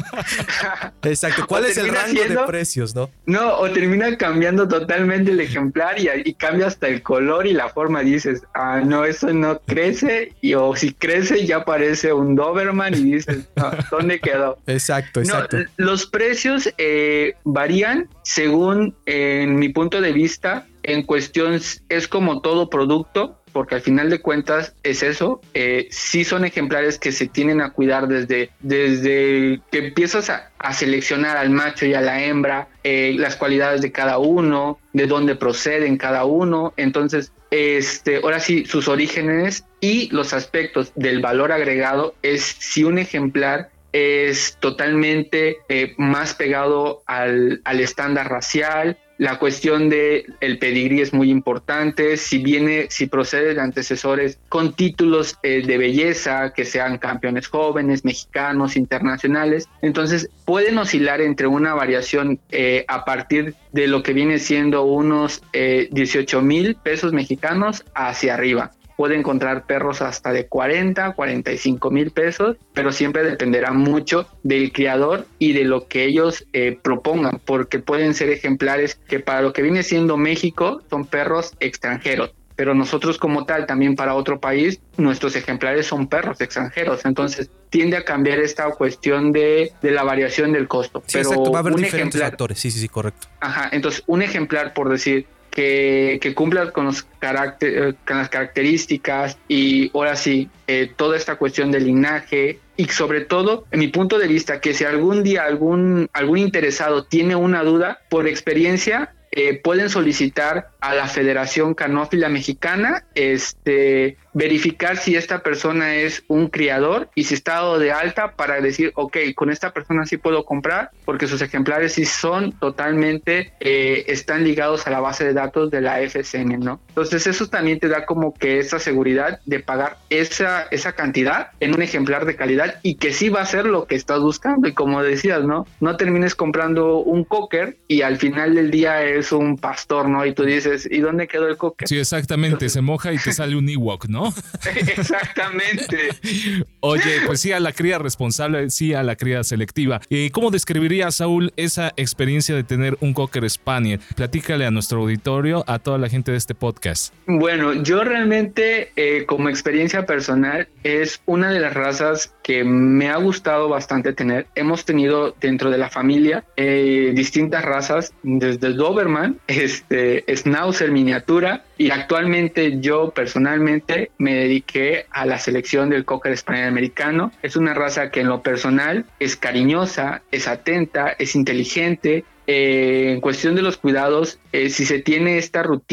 Exacto, ¿cuál O es el termina rango siendo- de precios, no? no, o termina cambiando totalmente el ejemplar y, y cambia hasta el color y la forma. Dices, ah, no, eso no crece, y o si crece ya parece un Doberman y dices, no, ¿dónde quedó? Exacto, exacto. No, los precios eh, varían según, en mi punto de vista, en cuestión es como todo producto, porque al final de cuentas es eso, eh, sí son ejemplares que se tienen a cuidar desde, desde que empiezas a, a seleccionar al macho y a la hembra, eh, las cualidades de cada uno, de dónde proceden cada uno. Entonces, este, ahora sí, sus orígenes y los aspectos del valor agregado es si un ejemplar es totalmente eh, más pegado al, al estándar racial. La cuestión de el pedigrí es muy importante, si viene, si procede de antecesores con títulos eh, de belleza, que sean campeones jóvenes, mexicanos, internacionales. Entonces pueden oscilar entre una variación eh, a partir de lo que viene siendo unos eh, dieciocho mil pesos mexicanos hacia arriba. Puede encontrar perros hasta de cuarenta, cuarenta y cinco mil pesos, pero siempre dependerá mucho del criador y de lo que ellos eh, propongan, porque pueden ser ejemplares que para lo que viene siendo México son perros extranjeros, pero nosotros como tal, también para otro país, nuestros ejemplares son perros extranjeros. Entonces tiende a cambiar esta cuestión de, de la variación del costo. Sí, pero exacto, va a haber un diferentes ejemplar, factores, sí, sí, sí, correcto. Ajá, entonces un ejemplar, por decir, que, que cumpla con, los carácter, con las características y ahora sí, eh, toda esta cuestión del linaje, y sobre todo, en mi punto de vista, que si algún día algún, algún interesado tiene una duda, por experiencia, eh, pueden solicitar a la Federación Canófila Mexicana este, verificar si esta persona es un criador y si está dado de alta, para decir, ok, con esta persona sí puedo comprar, porque sus ejemplares sí son totalmente, eh, están ligados a la base de datos de la F C M, ¿no? Entonces eso también te da como que esa seguridad de pagar esa, esa cantidad en un ejemplar de calidad y que sí va a ser lo que estás buscando. Y como decías, ¿no? No termines comprando un cocker y al final del día es un pastor, ¿no? Y tú dices, ¿y dónde quedó el cocker? Sí, exactamente. Se moja y te sale un Ewok, ¿no? Exactamente. Oye, pues sí a la cría responsable, sí a la cría selectiva. Eh, ¿Cómo describiría, Saúl, esa experiencia de tener un Cocker Spaniel? Platícale a nuestro auditorio, a toda la gente de este podcast. Bueno, yo realmente, eh, como experiencia personal, es una de las razas que me ha gustado bastante tener. Hemos tenido dentro de la familia eh, distintas razas, desde el Doberman, este, Schnauzer miniatura, y actualmente yo personalmente me dediqué a la selección del Cocker Spaniel americano. Es una raza que en lo personal es cariñosa, es atenta, es inteligente. Eh, en cuestión de los cuidados, eh, si se tiene esta rutina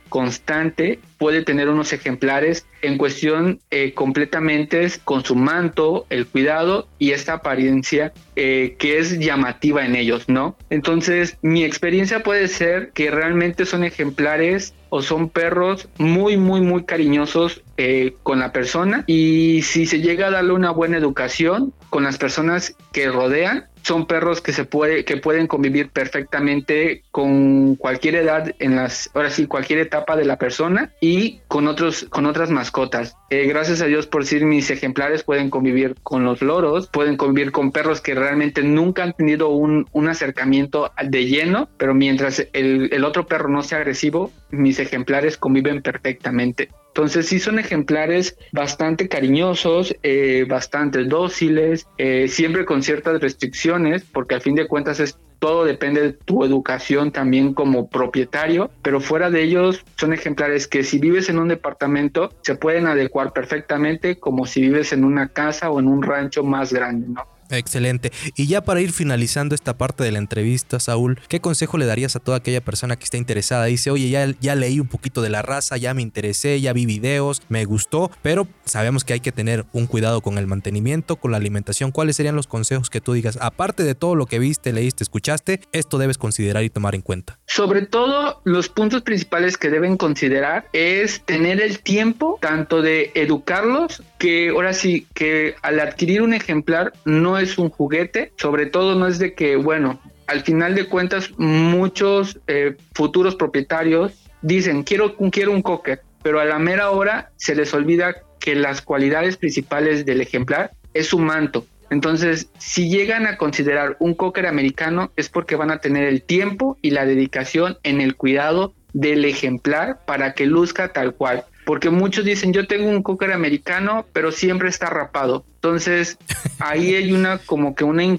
constante puede tener unos ejemplares en cuestión eh, completamente con su manto, el cuidado y esta apariencia eh, que es llamativa en ellos, ¿no? Entonces, mi experiencia puede ser que realmente son ejemplares o son perros muy, muy, muy cariñosos eh, con la persona, y si se llega a darle una buena educación con las personas que rodean, son perros que se puede, que pueden convivir perfectamente con cualquier edad en las, ahora sí, cualquier etapa de la persona y con otros, con otras mascotas. Eh, gracias a Dios, por decir, mis ejemplares pueden convivir con los loros, pueden convivir con perros que realmente nunca han tenido un, un acercamiento de lleno, pero mientras el, el otro perro no sea agresivo, mis ejemplares conviven perfectamente. Entonces sí son ejemplares bastante cariñosos, eh, bastante dóciles, eh, siempre con ciertas restricciones, porque al fin de cuentas es todo depende de tu educación también como propietario, pero fuera de ellos son ejemplares que si vives en un departamento se pueden adecuar perfectamente como si vives en una casa o en un rancho más grande, ¿no? Excelente. Y ya para ir finalizando esta parte de la entrevista, Saúl, ¿qué consejo le darías a toda aquella persona que está interesada? Dice, oye, ya, ya leí un poquito de la raza, ya me interesé, ya vi videos, me gustó, pero sabemos que hay que tener un cuidado con el mantenimiento, con la alimentación. ¿Cuáles serían los consejos que tú digas? Aparte de todo lo que viste, leíste, escuchaste, esto debes considerar y tomar en cuenta. Sobre todo, los puntos principales que deben considerar es tener el tiempo tanto de educarlos, que ahora sí, que al adquirir un ejemplar no es un juguete, sobre todo no es de que, bueno, al final de cuentas muchos eh, futuros propietarios dicen, quiero, quiero un cocker, pero a la mera hora se les olvida que las cualidades principales del ejemplar es su manto. Entonces, si llegan a considerar un cocker americano es porque van a tener el tiempo y la dedicación en el cuidado del ejemplar para que luzca tal cual. Porque muchos dicen, yo tengo un cocker americano, pero siempre está rapado. Entonces, ahí hay una como que una,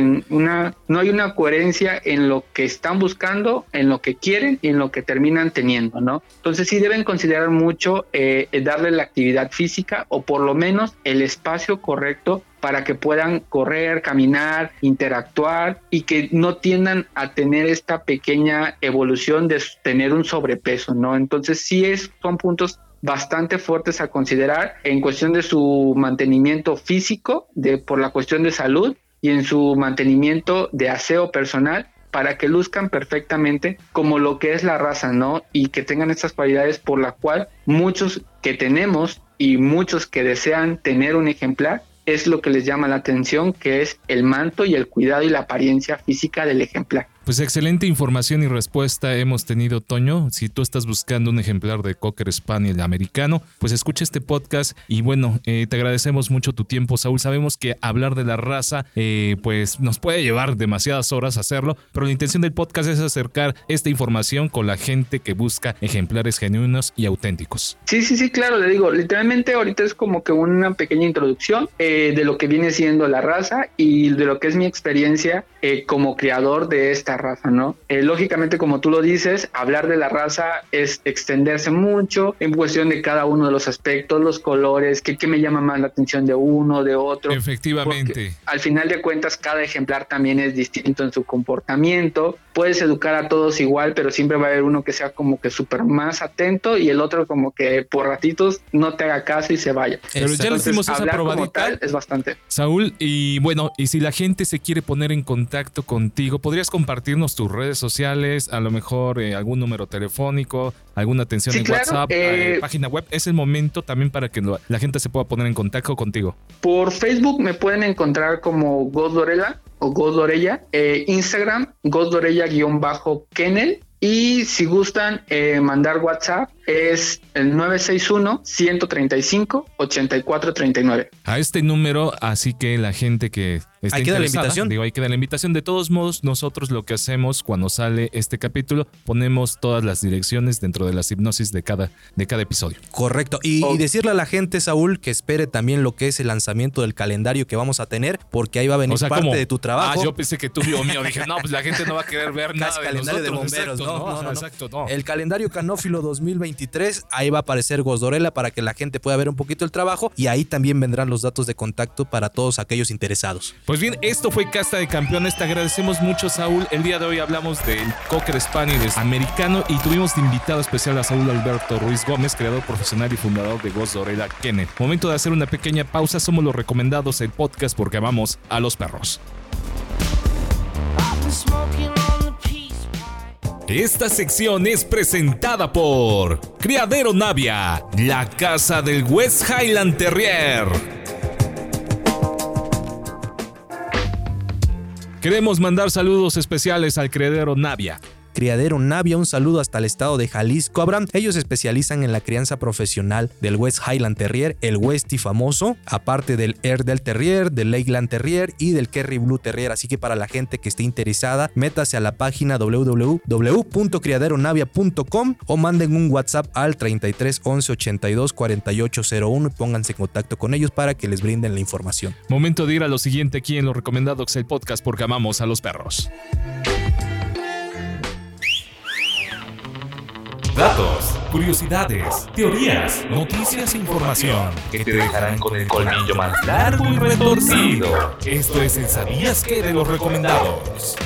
una no hay una coherencia en lo que están buscando, en lo que quieren y en lo que terminan teniendo, ¿no? Entonces, sí deben considerar mucho eh, darle la actividad física o por lo menos el espacio correcto para que puedan correr, caminar, interactuar y que no tiendan a tener esta pequeña evolución de tener un sobrepeso, ¿no? Entonces, sí es, son puntos bastante fuertes a considerar en cuestión de su mantenimiento físico, de por la cuestión de salud y en su mantenimiento de aseo personal para que luzcan perfectamente como lo que es la raza, ¿no? Y que tengan estas cualidades por la cual muchos que tenemos y muchos que desean tener un ejemplar es lo que les llama la atención, que es el manto y el cuidado y la apariencia física del ejemplar. Pues excelente información y respuesta hemos tenido, Toño. Si tú estás buscando un ejemplar de Cocker Spaniel americano, pues escucha este podcast y bueno, eh, te agradecemos mucho tu tiempo, Saúl. Sabemos que hablar de la raza eh, pues nos puede llevar demasiadas horas hacerlo, pero la intención del podcast es acercar esta información con la gente que busca ejemplares genuinos y auténticos. Sí, sí, sí, claro, le digo, literalmente ahorita es como que una pequeña introducción eh, de lo que viene siendo la raza y de lo que es mi experiencia eh, como creador de esta raza, ¿no? Eh, lógicamente, como tú lo dices, hablar de la raza es extenderse mucho en cuestión de cada uno de los aspectos, los colores, qué, qué me llama más la atención de uno, de otro. Efectivamente. Al final de cuentas, cada ejemplar también es distinto en su comportamiento. Puedes educar a todos igual, pero siempre va a haber uno que sea como que súper más atento y el otro como que por ratitos no te haga caso y se vaya. Pero ya le hicimos esa probadita. Tal es bastante. Saúl, y bueno, y si la gente se quiere poner en contacto contigo, ¿podrías compartirnos tus redes sociales? A lo mejor eh, algún número telefónico, alguna atención sí, en claro, WhatsApp, eh, eh, página web. Es el momento también para que lo, la gente se pueda poner en contacto contigo. Por Facebook me pueden encontrar como Godorella o Godorella, eh, Instagram Godorella-Kennel. Y si gustan eh, mandar WhatsApp es el nueve seis uno, uno tres cinco, ocho cuatro tres nueve. A este número, así que la gente que está ahí queda la invitación. Digo, ahí queda la invitación. De todos modos, nosotros lo que hacemos cuando sale este capítulo, ponemos todas las direcciones dentro de las hipnosis de cada, de cada episodio. Correcto. Y, oh. y decirle a la gente, Saúl, que espere también lo que es el lanzamiento del calendario que vamos a tener, porque ahí va a venir, o sea, parte como, de tu trabajo. Ah, yo pensé que tú, yo mío, dije, no, pues la gente no va a querer ver nada de calendario nosotros. de bomberos, exacto, ¿no? No, No, no, no. Exacto, no. El calendario Canófilo dos mil veintitrés, ahí va a aparecer Godorella para que la gente pueda ver un poquito el trabajo y ahí también vendrán los datos de contacto para todos aquellos interesados. Pues bien, esto fue Casta de Campeones. Te agradecemos mucho, Saúl. El día de hoy hablamos del Cocker Spaniel americano y tuvimos de invitado especial a Saúl Alberto Ruiz Gómez, creador profesional y fundador de Ghost Dorela Kennel. Momento de hacer una pequeña pausa. Somos los recomendados del podcast porque amamos a los perros. Esta sección es presentada por Criadero Navia, la casa del West Highland Terrier. Queremos mandar saludos especiales al Criadero Navia. Criadero Navia, un saludo hasta el estado de Jalisco. Abraham, ellos se especializan en la crianza profesional del West Highland Terrier, el Westie famoso, aparte del Airedale Terrier, del Lakeland Terrier y del Kerry Blue Terrier. Así que para la gente que esté interesada, métase a la página doble u doble u doble u punto criadero navia punto com o manden un WhatsApp al treinta y tres once ochenta y dos cuarenta y ocho cero uno y pónganse en contacto con ellos para que les brinden la información. Momento de ir a lo siguiente aquí en Los Recomendados, el podcast porque amamos a los perros. Datos, curiosidades, teorías, noticias e información que te dejarán con el colmillo más largo y retorcido. Esto es el ¿Sabías qué? De Los Recomendados.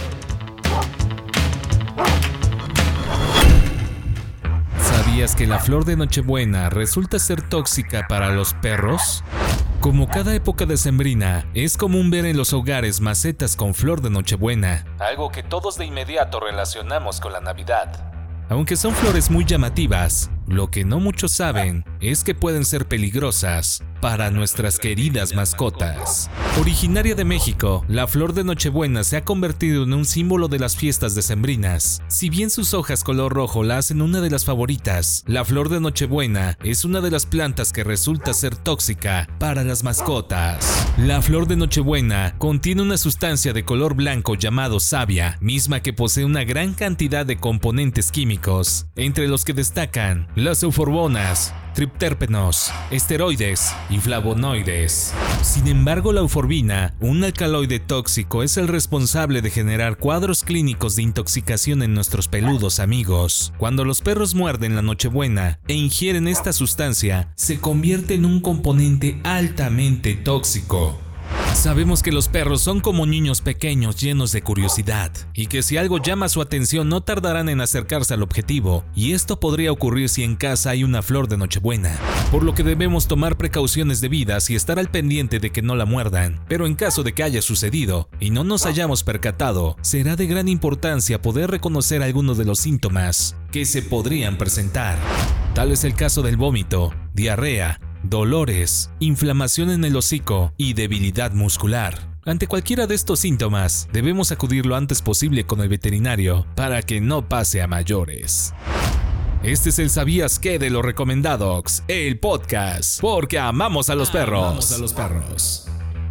¿Sabías que la flor de Nochebuena resulta ser tóxica para los perros? Como cada época decembrina, es común ver en los hogares macetas con flor de Nochebuena, algo que todos de inmediato relacionamos con la Navidad. Aunque son flores muy llamativas, lo que no muchos saben es que pueden ser peligrosas para nuestras queridas mascotas. Originaria de México, la flor de Nochebuena se ha convertido en un símbolo de las fiestas decembrinas. Si bien sus hojas color rojo la hacen una de las favoritas, la flor de Nochebuena es una de las plantas que resulta ser tóxica para las mascotas. La flor de Nochebuena contiene una sustancia de color blanco llamado savia, misma que posee una gran cantidad de componentes químicos, entre los que destacan las euforbonas, triptérpenos, esteroides y flavonoides. Sin embargo, la euforbina, un alcaloide tóxico, es el responsable de generar cuadros clínicos de intoxicación en nuestros peludos amigos. Cuando los perros muerden la Nochebuena e ingieren esta sustancia, se convierte en un componente altamente tóxico. Sabemos que los perros son como niños pequeños llenos de curiosidad y que si algo llama su atención no tardarán en acercarse al objetivo, y esto podría ocurrir si en casa hay una flor de Nochebuena, por lo que debemos tomar precauciones debidas y estar al pendiente de que no la muerdan. Pero en caso de que haya sucedido y no nos hayamos percatado, será de gran importancia poder reconocer algunos de los síntomas que se podrían presentar. Tal es el caso del vómito, diarrea, dolores, inflamación en el hocico y debilidad muscular. Ante cualquiera de estos síntomas, debemos acudir lo antes posible con el veterinario para que no pase a mayores. Este es el ¿Sabías qué? De Los Recomendados, el podcast, porque amamos a los perros. Amamos a los perros.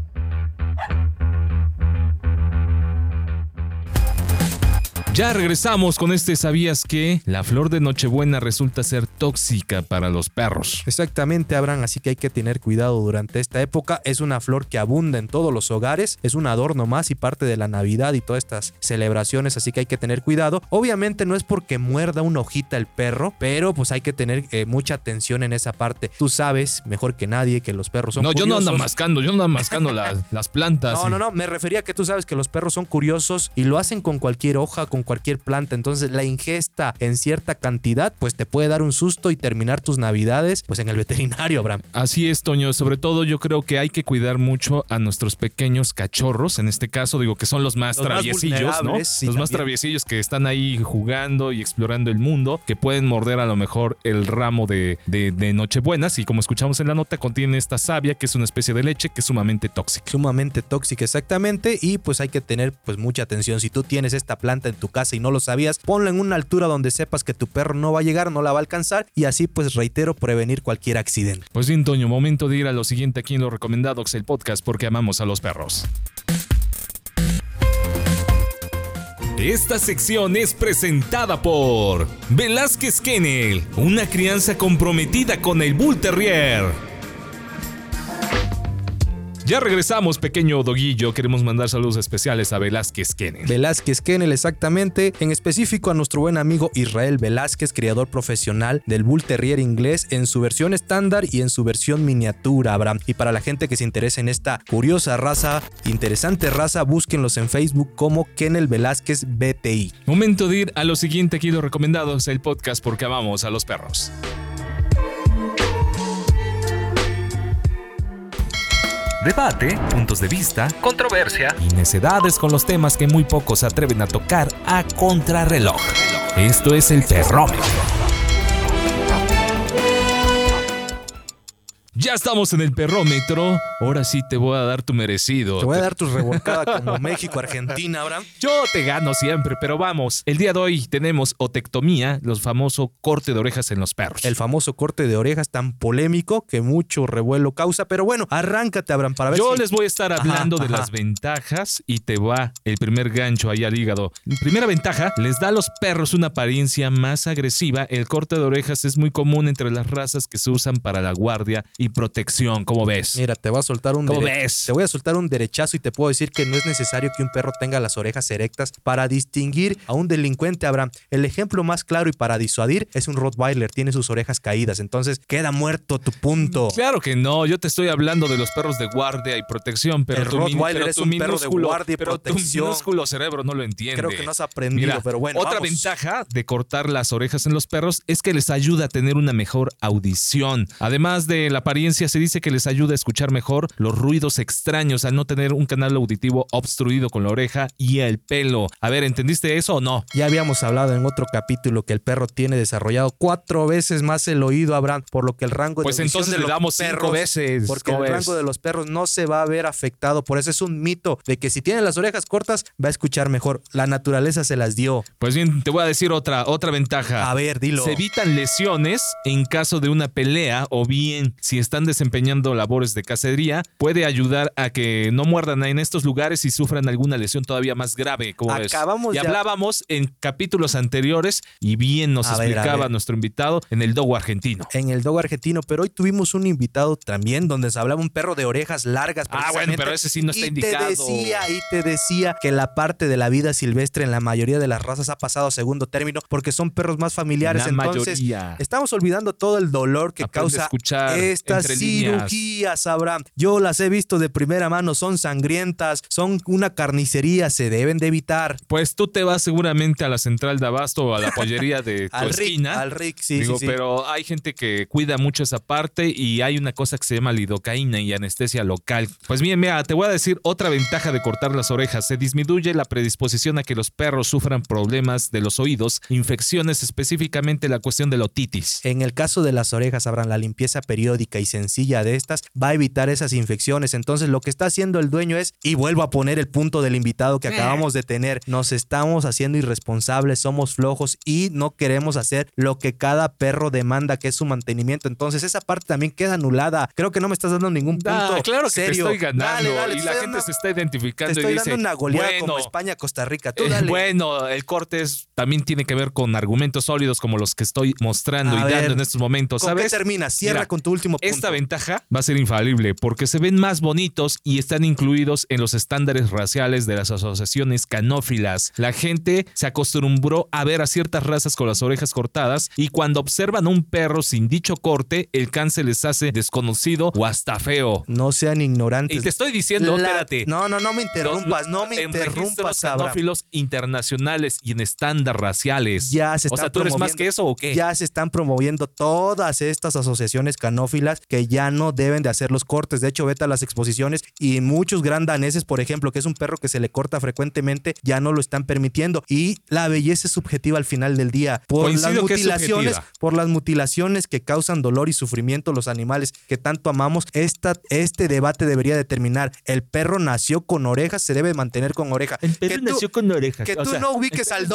Ya regresamos con este ¿Sabías qué? La flor de Nochebuena resulta ser tóxica para los perros. Exactamente, Abraham, así que hay que tener cuidado durante esta época. Es una flor que abunda en todos los hogares, es un adorno más y parte de la Navidad y todas estas celebraciones, así que hay que tener cuidado. Obviamente no es porque muerda una hojita el perro, pero pues hay que tener eh, mucha atención en esa parte. Tú sabes mejor que nadie que los perros son no, curiosos. No, yo no ando mascando, yo no ando mascando la, las plantas. No, y... no, no, me refería a que tú sabes que los perros son curiosos y lo hacen con cualquier hoja, con cualquier planta. Entonces la ingesta en cierta cantidad pues te puede dar un susto y terminar tus navidades pues en el veterinario, Abraham. Así es, Toño. Sobre todo yo creo que hay que cuidar mucho a nuestros pequeños cachorros. En este caso digo que son los más los traviesillos, más ¿no? Sí, los también. Más traviesillos que están ahí jugando y explorando el mundo, que pueden morder a lo mejor el ramo de, de, de Nochebuenas, y como escuchamos en la nota contiene esta savia, que es una especie de leche que es sumamente tóxica. Sumamente tóxica, exactamente, y pues hay que tener pues mucha atención. Si tú tienes esta planta en tu casa y no lo sabías, ponlo en una altura donde sepas que tu perro no va a llegar, no la va a alcanzar, y así pues reitero, prevenir cualquier accidente. Pues bien, Toño, momento de ir a lo siguiente aquí en Los Recomendados, el podcast porque amamos a los perros. Esta sección es presentada por Velázquez Kennel, una crianza comprometida con el Bull Terrier. Ya regresamos, pequeño Doguillo. Queremos mandar saludos especiales a Velázquez Kennel. Velázquez Kennel, exactamente. En específico a nuestro buen amigo Israel Velázquez, criador profesional del Bull Terrier inglés en su versión estándar y en su versión miniatura, Abraham. Y para la gente que se interesa en esta curiosa raza, interesante raza, búsquenlos en Facebook como Kennel Velázquez B T I. Momento de ir a lo siguiente aquí de recomendados, el podcast porque amamos a los perros. Debate, puntos de vista, controversia y necedades con los temas que muy pocos se atreven a tocar a contrarreloj. Esto es el Perrómetro. Ya estamos en el Perrómetro. Ahora sí te voy a dar tu merecido. Te voy a dar tu revolcada como México, Argentina, Abraham. Yo te gano siempre, pero vamos. El día de hoy tenemos otectomía, los famosos corte de orejas en los perros. El famoso corte de orejas tan polémico que mucho revuelo causa. Pero bueno, arráncate, Abraham, para ver Yo si... les voy a estar hablando Ajá, de ajá. las ventajas y te va el primer gancho ahí al hígado. Primera ventaja, les da a los perros una apariencia más agresiva. El corte de orejas es muy común entre las razas que se usan para la guardia y protección, ¿cómo ves? Mira, te voy a soltar un ¿Cómo dere- ves? Te voy a soltar un derechazo y te puedo decir que no es necesario que un perro tenga las orejas erectas para distinguir a un delincuente, Abraham. El ejemplo más claro y para disuadir es un Rottweiler, tiene sus orejas caídas, entonces queda muerto tu punto. Claro que no, yo te estoy hablando de los perros de guardia y protección, pero El tu min- Rottweiler pero es tu un perro de minúsculo- guardia y pero protección. tu minúsculo cerebro no lo entiende. Creo que no has aprendido, Mira, pero bueno, otra vamos. ventaja de cortar las orejas en los perros es que les ayuda a tener una mejor audición. Además de la apariencia, se dice que les ayuda a escuchar mejor los ruidos extraños al no tener un canal auditivo obstruido con la oreja y el pelo. A ver, ¿entendiste eso o no? Ya habíamos hablado en otro capítulo que el perro tiene desarrollado cuatro veces más el oído, Abraham, por lo que el rango Pues de audición entonces de le los damos cinco perros, veces. porque ¿Cómo el ves? rango de los perros no se va a ver afectado. Por eso es un mito de que si tiene las orejas cortas va a escuchar mejor. La naturaleza se las dio. Pues bien, te voy a decir otra, otra ventaja. A ver, dilo. Se evitan lesiones en caso de una pelea o bien si están desempeñando labores de cacería, puede ayudar a que no muerdan en estos lugares y sufran alguna lesión todavía más grave. Como ves. Acabamos y de- hablábamos en capítulos anteriores y bien nos A ver, a explicaba ver. nuestro invitado en el dogo argentino. En el dogo argentino, pero hoy tuvimos un invitado también donde se hablaba un perro de orejas largas. Ah, bueno, precisamente, pero ese sí no está y indicado. Te decía, y te decía que la parte de la vida silvestre en la mayoría de las razas ha pasado a segundo término porque son perros más familiares. La Entonces, mayoría. estamos olvidando todo el dolor que Aprende a causa escuchar estas entre líneas. cirugías, Abraham. Yo las he visto de primera mano, son sangrientas, son una carnicería, se deben de evitar. Pues tú te vas seguramente a la central de abasto o a la pollería de tu Al Rick, esquina. al Rick, sí, Digo, sí, sí. pero hay gente que cuida mucho esa parte y hay una cosa que se llama lidocaína y anestesia local. Pues bien, mira, te voy a decir otra ventaja de cortar las orejas. Se disminuye la predisposición a que los perros sufran problemas de los oídos, infecciones, específicamente la cuestión de la otitis. En el caso de las orejas, Abraham, la limpieza periódica y sencilla de estas va a evitar esas infecciones. Entonces, lo que está haciendo el dueño es, y vuelvo a poner el punto del invitado que acabamos de tener, nos estamos haciendo irresponsables, somos flojos y no queremos hacer lo que cada perro demanda, que es su mantenimiento. Entonces, esa parte también queda anulada. Creo que no me estás dando ningún punto. Ah, claro que serio. te estoy ganando Dale, dale, y te la estoy gente dando- se está Te identificando estoy y dice, dando una goleada bueno, como España-Costa Rica. Tú Eh, dale. bueno, el corte es- también tiene que ver con argumentos sólidos como los que estoy mostrando A y ver, dando en estos momentos, ¿Con ¿sabes? qué termina? Cierra Mira, con tu último punto. Esta ventaja va a ser infalible porque se ven más bonitos y están incluidos en los estándares raciales de las asociaciones canófilas. La gente se acostumbró a ver a ciertas razas con las orejas cortadas y cuando observan a un perro sin dicho corte, el can se les hace desconocido o hasta feo. No sean ignorantes. Y te estoy diciendo, La- espérate. No, no, no me interrumpas, no me en registros interrumpas, Abraham. canófilos internacionales y en estándares raciales. Ya se O están sea, ¿tú eres más promoviendo- que eso o qué? Ya se están promoviendo todas estas asociaciones canófilas que ya no deben de hacer los cortes. De hecho, vete a las exposiciones y muchos gran daneses, por ejemplo, que es un perro que se le corta frecuentemente, ya no lo están permitiendo. Y la belleza es subjetiva al final del día. Por las Coincido que es mutilaciones, subjetiva. por las mutilaciones que causan dolor y sufrimiento los animales que tanto amamos, esta, este debate debería determinar. El perro nació con orejas, se debe mantener con oreja. El perro Que tú- nació con orejas. Que O tú sea, no ubiques al Doberman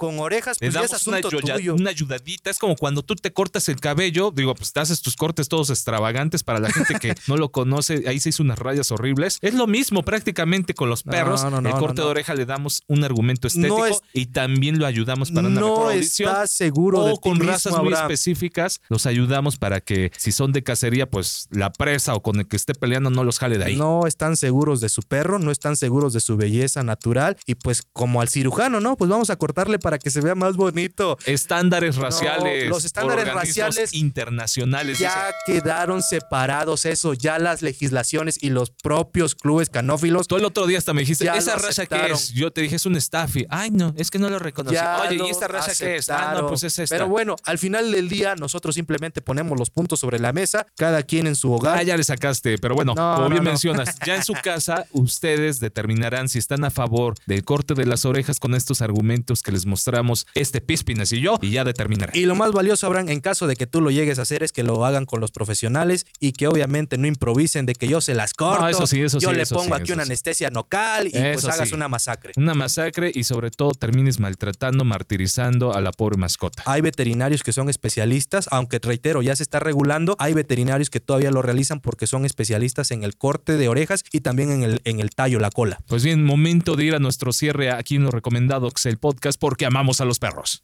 con orejas, Le pues ya es damos una, asunto yoya- tuyo. una ayudadita. Es como cuando tú te cortas el cabello. Digo, pues te haces tus cortes todos extravagantes para la gente que no lo conoce. Ahí se hizo unas rayas horribles. Es lo mismo prácticamente con los No, perros. no, no, el corte no, no. de oreja le damos un argumento estético No es- y también lo ayudamos para una mejor No audición. estás seguro de O ti con mismo, razas muy Abraham. específicas, los ayudamos para que si son de cacería, pues la presa o con el que esté peleando no los jale de ahí. No están seguros de su perro, no están seguros de su belleza natural y pues como al cirujano, ¿no? Pues vamos a cortarle para que se vea más bonito. Estándares No, raciales. los estándares por organismos raciales internacionales. Ya quedaron separados eso, ya las legislaciones y los propios clubes canófilos. Tú el otro día hasta me dijiste, Ya ¿esa lo raza qué aceptaron. es? Yo te dije, es un staffy. Ay, no, es que no lo reconocí. Ya Oye, lo ¿y esta raza qué es? Ah, aceptaron. no, pues es esta. Pero bueno, al final del día nosotros simplemente ponemos los puntos sobre la mesa, cada quien en su hogar. Ah, ya le sacaste, pero bueno, No, como no, bien no. mencionas, ya en su casa ustedes determinarán si están a favor del corte de las orejas con estos argumentos que les mostramos este Píspinas y yo, y ya determinarán. Y lo más valioso, Abraham, en caso de que tú lo llegues a hacer, es que lo hagan con los profesionales y que obviamente no improvisen de que yo se las corto. No, eso sí, eso yo sí, le eso pongo sí, aquí eso una sí. anestesia nocal y pues Eso hagas sí. una masacre. Una masacre y sobre todo termines maltratando, martirizando a la pobre mascota. Hay veterinarios que son especialistas, aunque reitero, ya se está regulando. Hay veterinarios que todavía lo realizan porque son especialistas en el corte de orejas y también en el, en el tallo, la cola. Pues bien, momento de ir a nuestro cierre aquí en Lo Recomendado, que es el podcast, porque amamos a los perros.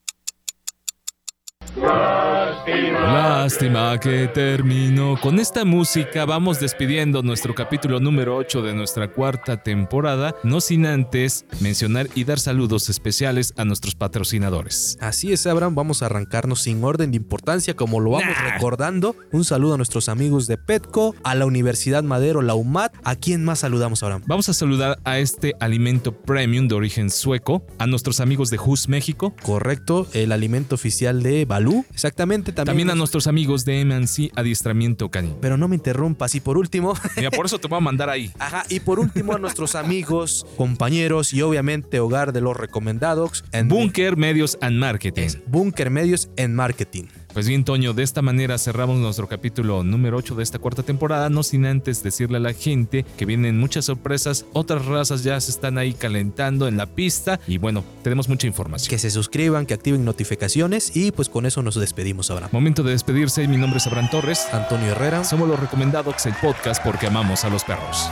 Lástima que terminó. Con esta música vamos despidiendo nuestro capítulo número ocho de nuestra cuarta temporada, no sin antes mencionar y dar saludos especiales a nuestros patrocinadores. Así es, Abraham, vamos a arrancarnos sin orden de importancia, como lo vamos Nah. recordando. Un saludo a nuestros amigos de Petco, a la Universidad Madero, la U M A D. ¿A quién más saludamos, Abraham? Vamos a saludar a este alimento premium de origen sueco, a nuestros amigos de Hus México, Correcto, el alimento oficial de Balú. Exactamente, también. también a nos- nuestros amigos de M and C Adiestramiento Canino. Pero no me interrumpas. Y por último, Mira, por eso te voy a mandar ahí. ajá, y por último a nuestros amigos, compañeros y obviamente hogar de los recomendados en Bunker Medios and Marketing. Bunker Medios en Marketing. Pues bien, Toño, de esta manera cerramos nuestro capítulo número ocho de esta cuarta temporada, no sin antes decirle a la gente que vienen muchas sorpresas, otras razas ya se están ahí calentando en la pista y bueno, tenemos mucha información. Que se suscriban, que activen notificaciones y pues con eso nos despedimos, Abraham. Momento de despedirse, mi nombre es Abraham Torres, Antonio Herrera. somos Los Recomendados, el podcast porque amamos a los perros.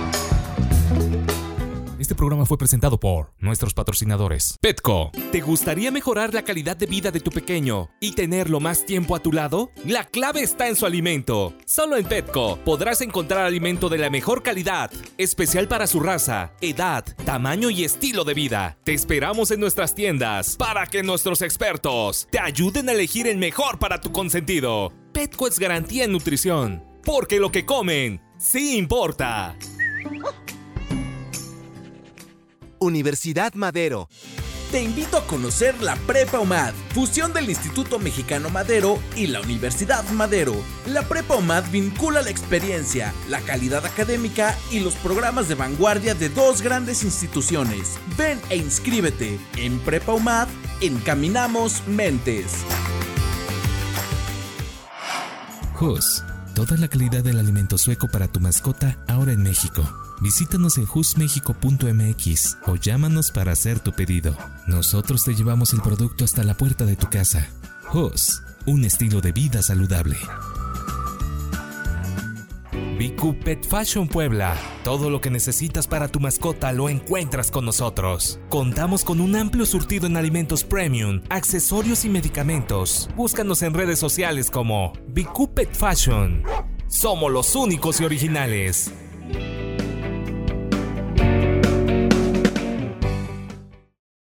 Este programa fue presentado por nuestros patrocinadores. Petco. ¿Te gustaría mejorar la calidad de vida de tu pequeño y tenerlo más tiempo a tu lado? La clave está en su alimento. Solo en Petco podrás encontrar alimento de la mejor calidad, especial para su raza, edad, tamaño y estilo de vida. Te esperamos en nuestras tiendas para que nuestros expertos te ayuden a elegir el mejor para tu consentido. Petco es garantía en nutrición, porque lo que comen sí importa. Universidad Madero. Te invito a conocer la Prepa U M A D, fusión del Instituto Mexicano Madero y la Universidad Madero. La Prepa U M A D vincula la experiencia, la calidad académica y los programas de vanguardia de dos grandes instituciones. Ven e inscríbete. En Prepa U M A D, encaminamos mentes. Hus, toda la calidad del alimento sueco para tu mascota ahora en México. Visítanos en hus mexico punto m x o llámanos para hacer tu pedido. Nosotros te llevamos el producto hasta la puerta de tu casa. Hus, un estilo de vida saludable. B Q Pet Fashion Puebla. Todo lo que necesitas para tu mascota lo encuentras con nosotros. Contamos con un amplio surtido en alimentos premium, accesorios y medicamentos. Búscanos en redes sociales como B Q Pet Fashion. Somos los únicos y originales.